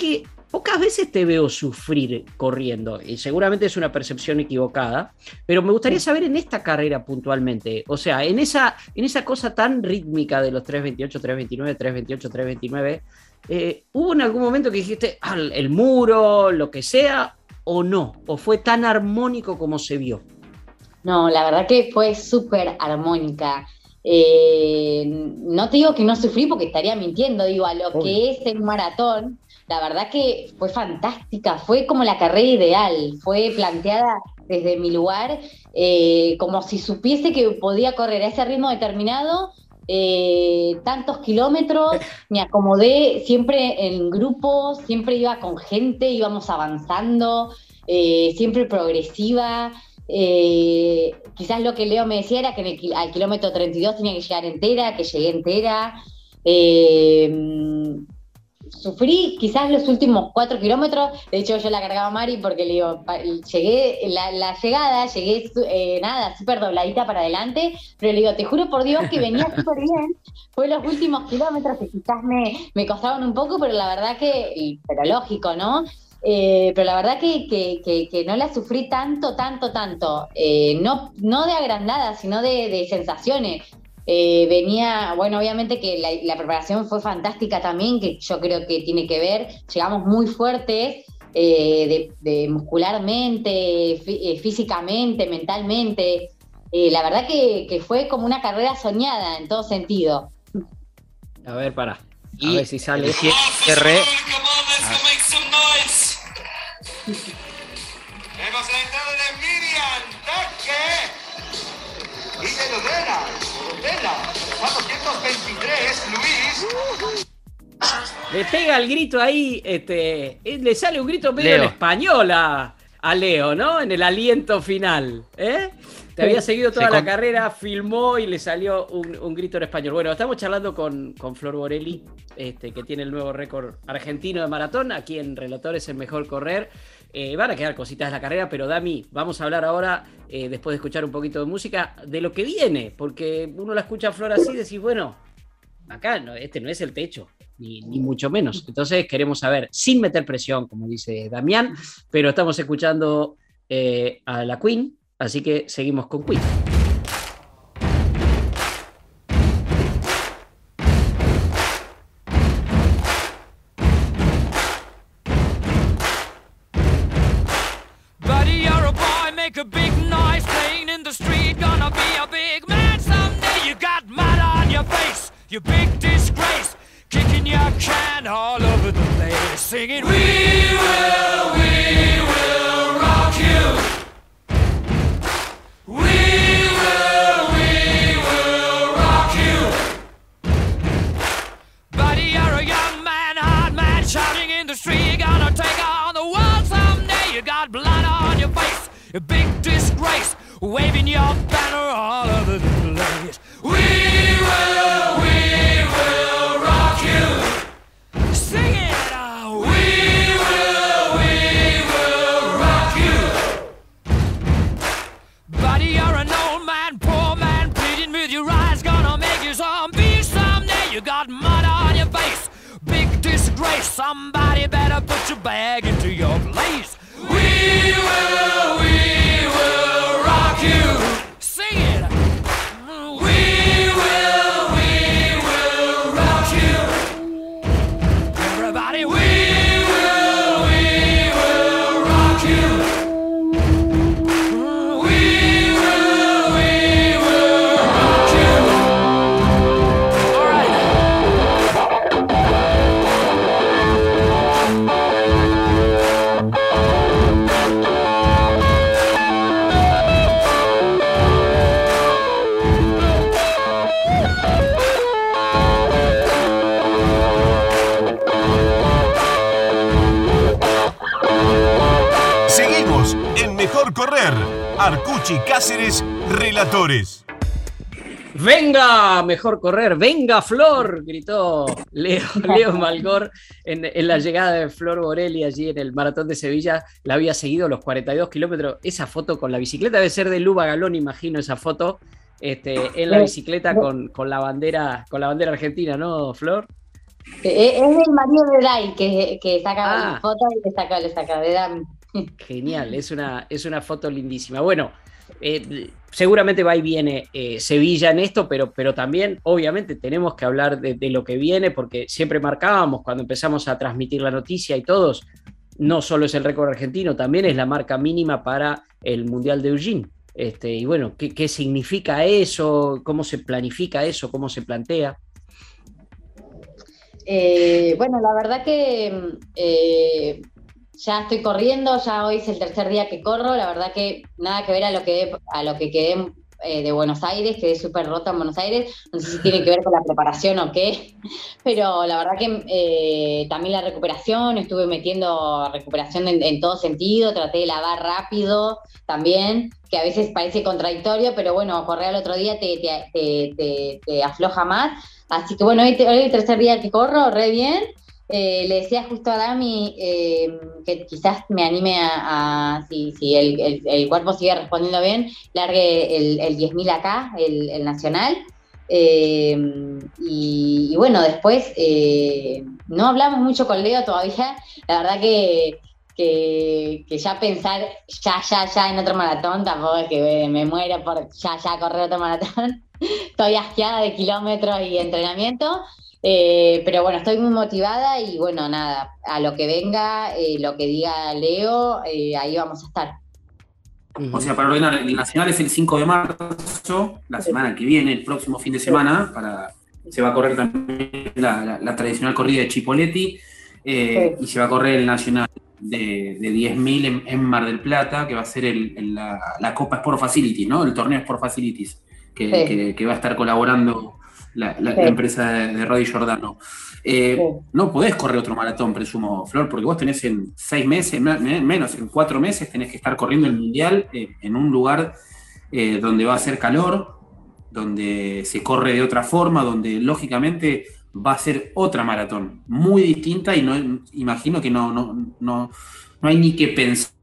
pocas veces te veo sufrir corriendo, y seguramente es una percepción equivocada, pero me gustaría saber en esta carrera puntualmente, o sea, en esa, en esa cosa tan rítmica de los tres veintiocho, tres veintinueve, tres veintiocho, tres veintinueve, eh, ¿hubo en algún momento que dijiste ah, el muro, lo que sea, o no? ¿O fue tan armónico como se vio? No, la verdad que fue súper armónica. Eh, no te digo que no sufrí porque estaría mintiendo, digo, a lo Obvio. que es el maratón, la verdad que fue fantástica, fue como la carrera ideal, fue planteada desde mi lugar, eh, como si supiese que podía correr a ese ritmo determinado, eh, tantos kilómetros, me acomodé siempre en grupos, siempre iba con gente, íbamos avanzando, eh, siempre progresiva. Eh, quizás lo que Leo me decía era que en el, al kilómetro treinta y dos tenía que llegar entera, que llegué entera. Eh, sufrí quizás los últimos cuatro kilómetros, de hecho yo la cargaba a Mari porque le digo, llegué, la, la llegada, llegué eh, nada, súper dobladita para adelante, pero le digo, te juro por Dios que venía súper bien, fue los últimos kilómetros que quizás me, me costaban un poco, pero la verdad que, pero lógico, ¿no? Eh, pero la verdad que, que, que, que no la sufrí tanto, tanto, tanto, eh, no, no de agrandada, sino de, de sensaciones. Eh, venía, bueno, obviamente que la, la preparación fue fantástica también, que yo creo que tiene que ver, llegamos muy fuertes, eh, de, de muscularmente, fí, físicamente, mentalmente, eh, la verdad que, que fue como una carrera soñada en todo sentido. A ver, para, a y ver si sale el cierre. Vemos la entrada de Miriam Taque y de Lodela, Lodela, a doscientos veintitrés, Luis. Le pega el grito ahí, este, le sale un grito medio en español a, a Leo, ¿no? En el aliento final, ¿eh? Te había seguido toda la carrera, filmó y le salió un, un grito en español. Bueno, estamos charlando con, con Flor Borelli, este, que tiene el nuevo récord argentino de maratón, aquí en Relatores El Mejor Correr. Eh, van a quedar cositas de la carrera, pero Dami, vamos a hablar ahora, eh, después de escuchar un poquito de música, de lo que viene, porque uno la escucha a Flor así y decís, bueno, acá no, este no es el techo, ni, ni mucho menos. Entonces queremos saber, sin meter presión, como dice Damián, pero estamos escuchando eh, a la Queen, así que seguimos con Queen. Buddy, you're a boy, make a big noise playing in the street. Gonna be a big man someday. You got mud on your face, you big disgrace. Kicking your can all over the place, singing, we will, we will rock you. A big disgrace, waving your banner all over the place. We will, we will rock you. Sing it out. We will, we will rock you. Buddy, you're an old man, poor man, pleading with your eyes, gonna make you zombie someday. You got mud on your face, big disgrace. Somebody better put your bag into your place. We will, we will rock you. Sing it. We will, we will rock you. Everybody, we will, we will rock you. We will, we will rock you. All right. Seguimos en Mejor Correr. Arcucci Cáceres, Relatores. ¡Venga! Mejor correr, venga Flor, gritó Leo, Leo Malgor en, en la llegada de Flor Borelli allí en el Maratón de Sevilla. La había seguido los cuarenta y dos kilómetros. Esa foto con la bicicleta debe ser de Luba Galón, imagino esa foto, este, en la bicicleta con, con la bandera, con la bandera argentina, ¿no, Flor? Es el marido de Dai que, que saca Ah. la foto y le saca, le saca de Dami. Genial, es una, es una foto lindísima. Bueno, eh, seguramente va y viene eh, Sevilla en esto, pero, pero también obviamente tenemos que hablar de, de lo que viene, porque siempre marcábamos cuando empezamos a transmitir la noticia y todos, no solo es el récord argentino, también es la marca mínima para el Mundial de Eugene. Este, y bueno, ¿qué, qué significa eso? ¿Cómo se planifica eso? ¿Cómo se plantea? Eh, bueno, la verdad que eh, ya estoy corriendo, ya hoy es el tercer día que corro, la verdad que nada que ver a lo que, a lo que quedé eh, de Buenos Aires, quedé súper rota en Buenos Aires, no sé si tiene que ver con la preparación o qué, pero la verdad que eh, también la recuperación, estuve metiendo recuperación en, en todo sentido, traté de lavar rápido también, que a veces parece contradictorio, pero bueno, correr al otro día te, te, te, te, te afloja más, así que bueno, hoy, hoy es el tercer día que corro, re bien. Eh, le decía justo a Dami eh, que quizás me anime a, a si, si el, el, el cuerpo sigue respondiendo bien, largue el, el diez mil acá, el, el nacional. Eh, y, y bueno, después eh, no hablamos mucho con Leo todavía, la verdad que, que, que ya pensar ya, ya, ya en otro maratón, tampoco es que me, me muero por ya, ya correr otro maratón. Estoy asqueada de kilómetros y entrenamiento. Eh, pero bueno, estoy muy motivada y bueno, nada, a lo que venga, eh, lo que diga Leo, eh, ahí vamos a estar. O sea, para ordenar, el nacional es el cinco de marzo, la semana que viene, el próximo fin de semana, para, se va a correr también la, la, la tradicional corrida de Chipoleti, eh, sí. Y se va a correr el nacional de, de diez mil en, en Mar del Plata, que va a ser el, el, la, la Copa Sport Facilities, ¿no? El torneo Sport Facilities, que, sí. que, que va a estar colaborando La, la, sí. la empresa de, de Rodi Giordano. Eh, sí. No podés correr otro maratón, presumo, Flor, porque vos tenés en seis meses, menos, en cuatro meses, tenés que estar corriendo el Mundial eh, en un lugar eh, donde va a hacer calor, donde se corre de otra forma, donde lógicamente va a ser otra maratón, muy distinta, y no imagino que no, no, no, no hay ni que pensar.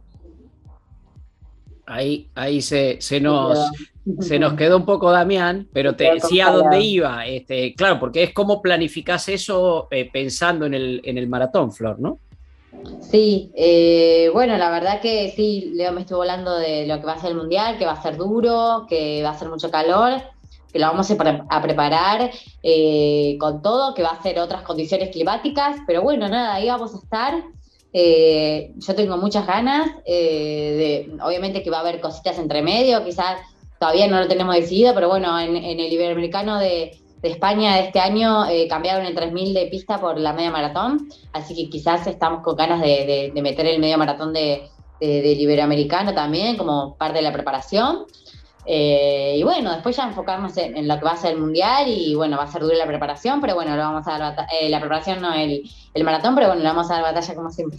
Ahí, ahí se, se nos... Se nos quedó un poco Damián, pero te decía dónde iba. Este, claro, porque es cómo planificás eso eh, pensando en el, en el maratón, Flor, ¿no? Sí, eh, bueno, la verdad que sí, Leo me estuvo hablando de lo que va a ser el Mundial, que va a ser duro, que va a ser mucho calor, que lo vamos a, pre- a preparar eh, con todo, que va a ser otras condiciones climáticas, pero bueno, nada, ahí vamos a estar. Eh, yo tengo muchas ganas, eh, de, obviamente que va a haber cositas entre medio, quizás todavía no lo tenemos decidido, pero bueno, en, en el Iberoamericano de, de España de este año eh, cambiaron el tres mil de pista por la media maratón, así que quizás estamos con ganas de, de, de meter el medio maratón de, de, del Iberoamericano también, como parte de la preparación. Eh, y bueno, después ya enfocarnos en, en lo que va a ser el Mundial, y bueno, va a ser dura la preparación, pero bueno, lo vamos a dar bata- eh, la preparación, no el, el maratón, pero bueno, le vamos a dar batalla como siempre.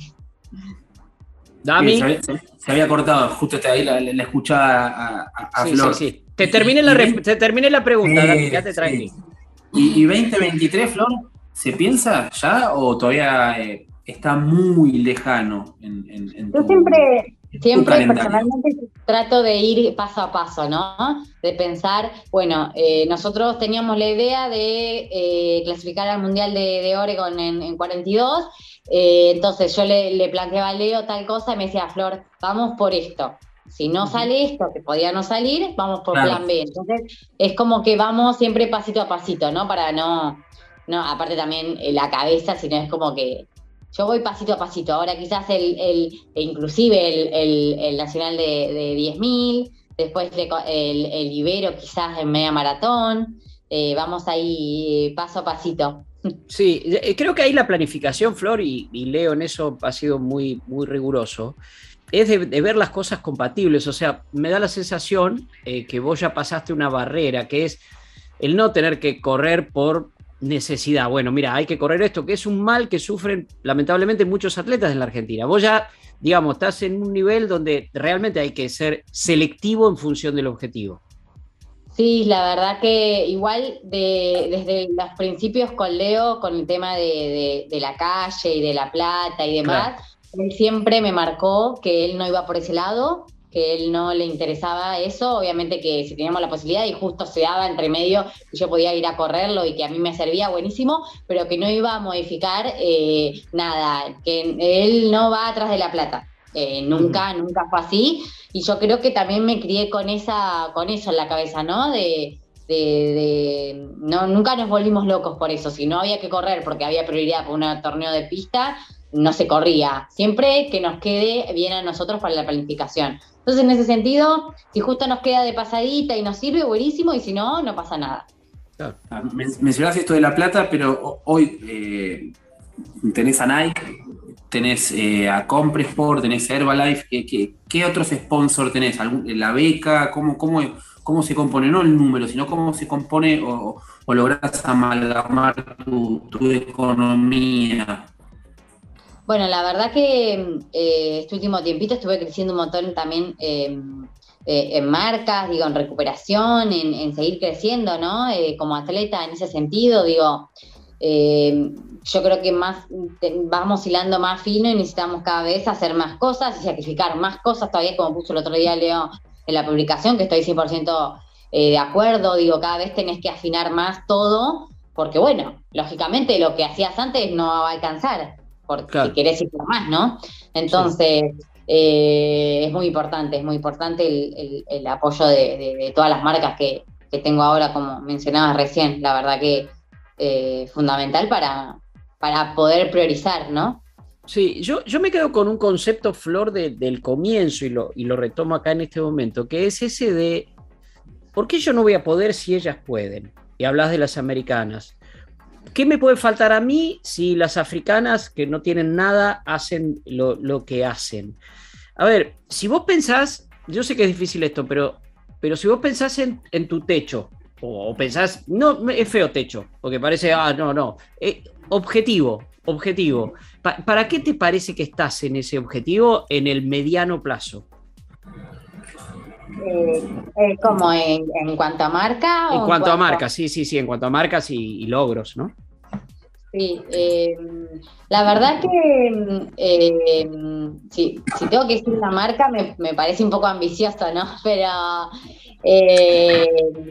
Dami. Se había, se había cortado, justo ahí la, la escuchaba a, a, a sí, Flor. Sí, sí. Te terminé, y, la, y, te terminé la pregunta, eh, Dami, quédate tranquilo. ¿Y, ¿Y veinte veintitrés, Flor, se piensa ya o todavía eh, está muy lejano? En, en, en Yo tu, siempre, siempre personalmente trato de ir paso a paso, ¿no? De pensar, bueno, eh, nosotros teníamos la idea de eh, clasificar al Mundial de, de Oregon en, en cuarenta y dos. Eh, entonces yo le, le planteaba a Leo tal cosa y me decía, Flor, vamos por esto. Si no sale esto, que podía no salir, vamos por claro. plan B. Entonces es como que vamos siempre pasito a pasito, ¿no? Para no, no aparte también la cabeza, sino es como que yo voy pasito a pasito. Ahora quizás el, el inclusive el, el, el nacional de, de diez mil, después el, el Ibero quizás en media maratón, eh, vamos ahí paso a pasito. Sí, creo que ahí la planificación, Flor, y, y Leo en eso ha sido muy, muy riguroso, es de, de ver las cosas compatibles. O sea, me da la sensación eh, que vos ya pasaste una barrera, que es el no tener que correr por necesidad. Bueno, mira, hay que correr esto, que es un mal que sufren lamentablemente muchos atletas en la Argentina. Vos ya, digamos, estás en un nivel donde realmente hay que ser selectivo en función del objetivo. Sí, la verdad que igual de, desde los principios con Leo, con el tema de, de, de la calle y de La Plata y demás, claro. Él siempre me marcó que él no iba por ese lado, que él no le interesaba eso, obviamente que si teníamos la posibilidad y justo se daba entre medio que yo podía ir a correrlo y que a mí me servía buenísimo, pero que no iba a modificar eh, nada, que él no va atrás de la plata. Eh, nunca, uh-huh. nunca fue así, y yo creo que también me crié con esa, con eso en la cabeza, ¿no? De, de, de no, nunca nos volvimos locos por eso. Si no había que correr porque había prioridad por un torneo de pista, no se corría. Siempre que nos quede bien a nosotros para la planificación. Entonces, en ese sentido, si justo nos queda de pasadita y nos sirve, buenísimo, y si no, no pasa nada. Claro. Men- mencionaste esto de La Plata, pero hoy eh, tenés a Nike, tenés eh, a Compressport, tenés a Herbalife. ¿Qué, qué, qué otros sponsors tenés? ¿Algún, la beca? ¿Cómo, cómo, ¿Cómo se compone? No el número, sino cómo se compone o, o lográs amalgamar tu, tu economía. Bueno, la verdad que eh, este último tiempito estuve creciendo un montón también eh, eh, en marcas, digo, en recuperación, en, en seguir creciendo, ¿no? Eh, como atleta en ese sentido, digo, eh, yo creo que más te, vamos hilando más fino y necesitamos cada vez hacer más cosas y sacrificar más cosas todavía, como puso el otro día Leo en la publicación, que estoy cien por ciento eh, de acuerdo, digo, cada vez tenés que afinar más todo, porque bueno, lógicamente lo que hacías antes no va a alcanzar, porque claro. si querés ir por más, ¿no? Entonces, sí. eh, es muy importante, es muy importante el, el, el apoyo de, de, de todas las marcas que, que tengo ahora, como mencionabas recién, la verdad que eh, fundamental para... para poder priorizar, ¿no? Sí, yo, yo me quedo con un concepto, Flor, de, del comienzo, y lo, y lo retomo acá en este momento, que es ese de, ¿por qué yo no voy a poder si ellas pueden? Y hablas de las americanas. ¿Qué me puede faltar a mí si las africanas, que no tienen nada, hacen lo, lo que hacen? A ver, si vos pensás, yo sé que es difícil esto, pero, pero si vos pensás en, en tu techo, o, o pensás, no, es feo techo, porque parece, ah, no, no, eh, objetivo, objetivo. Pa- ¿Para qué te parece que estás en ese objetivo en el mediano plazo? Eh, eh, ¿Cómo? ¿En, en cuanto a marca? En o cuanto en a marcas, sí, sí, sí, en cuanto a marcas y, y logros, ¿no? Sí, eh, la verdad que eh, si, si tengo que decir una marca me, me parece un poco ambicioso, ¿no? Pero eh,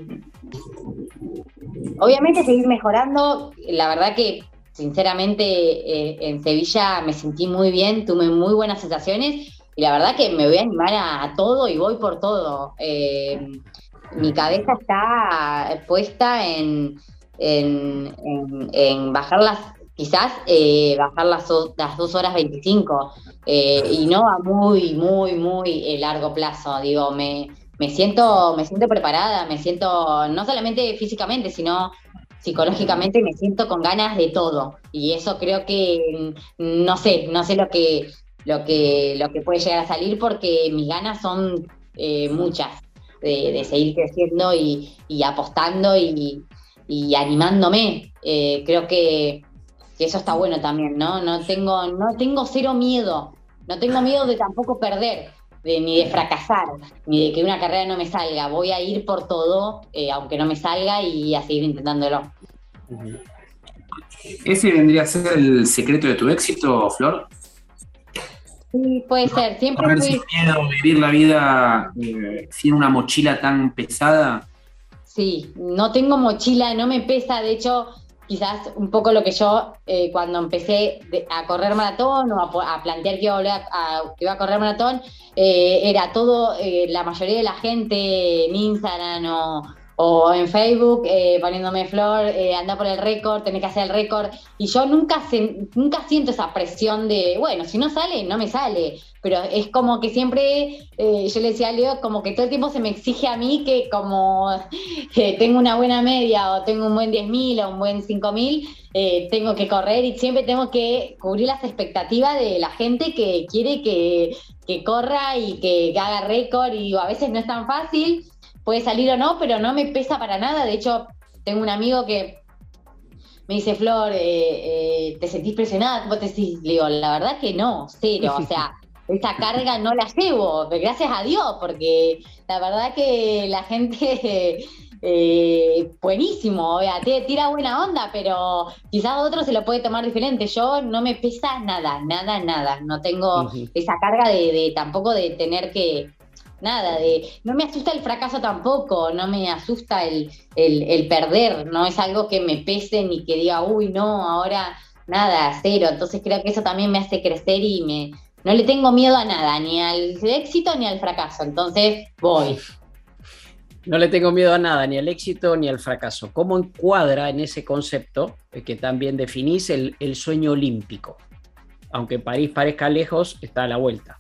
obviamente seguir mejorando, la verdad que sinceramente eh, en Sevilla me sentí muy bien, tuve muy buenas sensaciones y la verdad que me voy a animar a, a todo y voy por todo. Eh, mi cabeza está puesta en, en, en, en bajar las, quizás eh, bajar las, las dos horas veinticinco eh, y no a muy, muy, muy eh, largo plazo. Digo, me, me siento, me siento preparada, me siento no solamente físicamente, sino psicológicamente me siento con ganas de todo, y eso creo que no sé, no sé lo que lo que lo que puede llegar a salir, porque mis ganas son eh, muchas de, de seguir creciendo y, y apostando y, y animándome. Eh, creo que, que eso está bueno también, ¿no? No tengo, no tengo cero miedo, no tengo miedo de tampoco perder. De, ni de fracasar, ni de que una carrera no me salga. Voy a ir por todo, eh, aunque no me salga, y a seguir intentándolo. ¿Ese vendría a ser el secreto de tu éxito, Flor? Sí, puede ser. Siempre Correr fui... sin miedo, vivir la vida eh, sin una mochila tan pesada. Sí, no tengo mochila, no me pesa. De hecho, quizás un poco lo que yo, eh, cuando empecé de, a correr maratón o a, a plantear que iba a, volver a, a, que iba a correr maratón, eh, era todo, eh, la mayoría de la gente en Instagram o, o en Facebook eh, poniéndome Flor, eh, anda por el récord, tenés que hacer el récord, y yo nunca, se, nunca siento esa presión de, bueno, si no sale, no me sale, pero es como que siempre, eh, yo le decía a Leo, como que todo el tiempo se me exige a mí que como eh, tengo una buena media o tengo un buen diez mil o un buen cinco mil, eh, tengo que correr y siempre tengo que cubrir las expectativas de la gente que quiere que, que corra y que, que haga récord, y a veces no es tan fácil, puede salir o no, pero no me pesa para nada. De hecho, tengo un amigo que me dice, Flor, eh, eh, ¿te sentís presionada? ¿Cómo te decís? Le digo, la verdad que no, cero, o sea, esta carga no la llevo, gracias a Dios, porque la verdad que la gente, eh, buenísimo, o sea, tira buena onda, pero quizás otro se lo puede tomar diferente. Yo no me pesa nada, nada, nada, no tengo uh-huh. esa carga de, de tampoco de tener que nada, de no me asusta el fracaso tampoco, no me asusta el, el, el perder, no es algo que me pese ni que diga, uy, no, ahora nada, cero. Entonces creo que eso también me hace crecer y me no le tengo miedo a nada, ni al éxito ni al fracaso, entonces voy. No le tengo miedo a nada, ni al éxito ni al fracaso. ¿Cómo encuadra en ese concepto que también definís el, el sueño olímpico? Aunque París parezca lejos, está a la vuelta.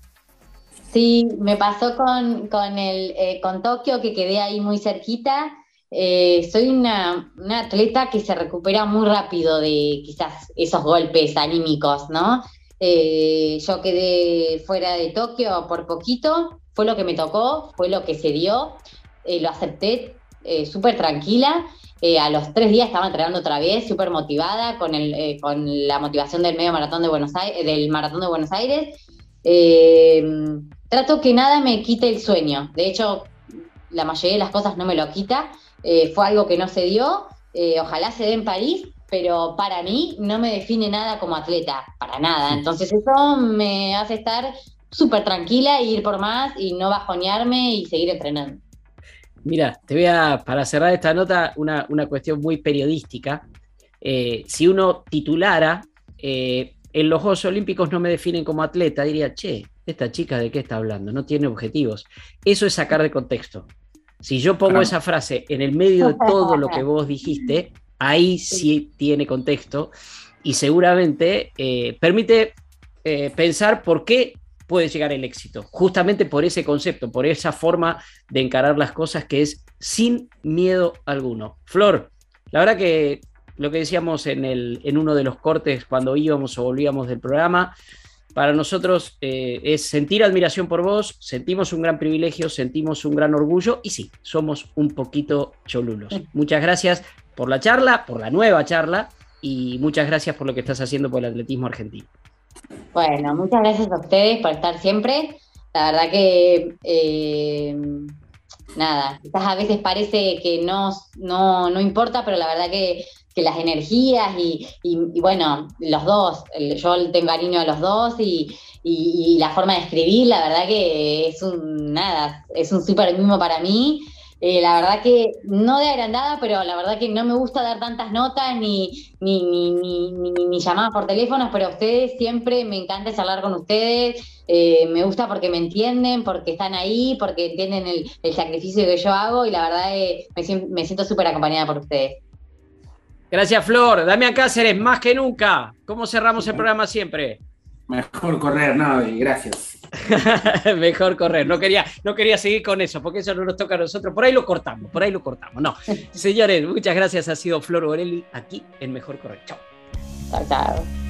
Sí, me pasó con, con, el, eh, con Tokio, que quedé ahí muy cerquita. Eh, soy una, una atleta que se recupera muy rápido de quizás esos golpes anímicos, ¿no? Eh, yo quedé fuera de Tokio por poquito, fue lo que me tocó, fue lo que se dio, eh, lo acepté eh, súper tranquila. Eh, a los tres días estaba entrenando otra vez, súper motivada, con, el, eh, con la motivación del medio maratón de Buenos Aires, del maratón de Buenos Aires. Eh, trato que nada me quite el sueño. De hecho, la mayoría de las cosas no me lo quita. Eh, fue algo que no se dio. Eh, ojalá se dé en París, pero para mí no me define nada como atleta, para nada. Entonces eso me hace estar súper tranquila e ir por más y no bajonearme y seguir entrenando. Mira, te voy a, para cerrar esta nota, una, una cuestión muy periodística. Eh, si uno titulara, eh, en los Juegos Olímpicos no me definen como atleta, diría, che, esta chica de qué está hablando, no tiene objetivos. Eso es sacar de contexto. Si yo pongo claro. esa frase en el medio de todo lo que vos dijiste, ahí sí tiene contexto y seguramente eh, permite eh, pensar por qué puede llegar el éxito, justamente por ese concepto, por esa forma de encarar las cosas que es sin miedo alguno. Flor, la verdad que lo que decíamos en, el, en uno de los cortes cuando íbamos o volvíamos del programa, para nosotros eh, es sentir admiración por vos, sentimos un gran privilegio, sentimos un gran orgullo y sí, somos un poquito cholulos. Muchas gracias por la charla, por la nueva charla y muchas gracias por lo que estás haciendo por el atletismo argentino. Bueno, muchas gracias a ustedes por estar siempre. La verdad que, eh, nada, quizás a veces parece que no, no, no importa, pero la verdad que, que las energías y, y, y bueno, los dos, yo tengo cariño a los dos y, y, y la forma de escribir, la verdad que es un, nada, es un súper mimo para mí. Eh, la verdad que no de agrandada, pero la verdad que no me gusta dar tantas notas ni, ni, ni, ni, ni, ni llamadas por teléfonos, pero a ustedes siempre me encanta charlar con ustedes, eh, me gusta porque me entienden, porque están ahí, porque entienden el, el sacrificio que yo hago y la verdad eh, me, me siento súper acompañada por ustedes. Gracias, Flor. Damián Cáceres, más que nunca. ¿Cómo cerramos el programa siempre? Mejor correr, no, y gracias. Mejor correr, no quería, no quería seguir con eso, porque eso no nos toca a nosotros, por ahí lo cortamos, por ahí lo cortamos, no. Señores, muchas gracias, ha sido Flor Borelli aquí en Mejor Correr. Chao. Chao, chao.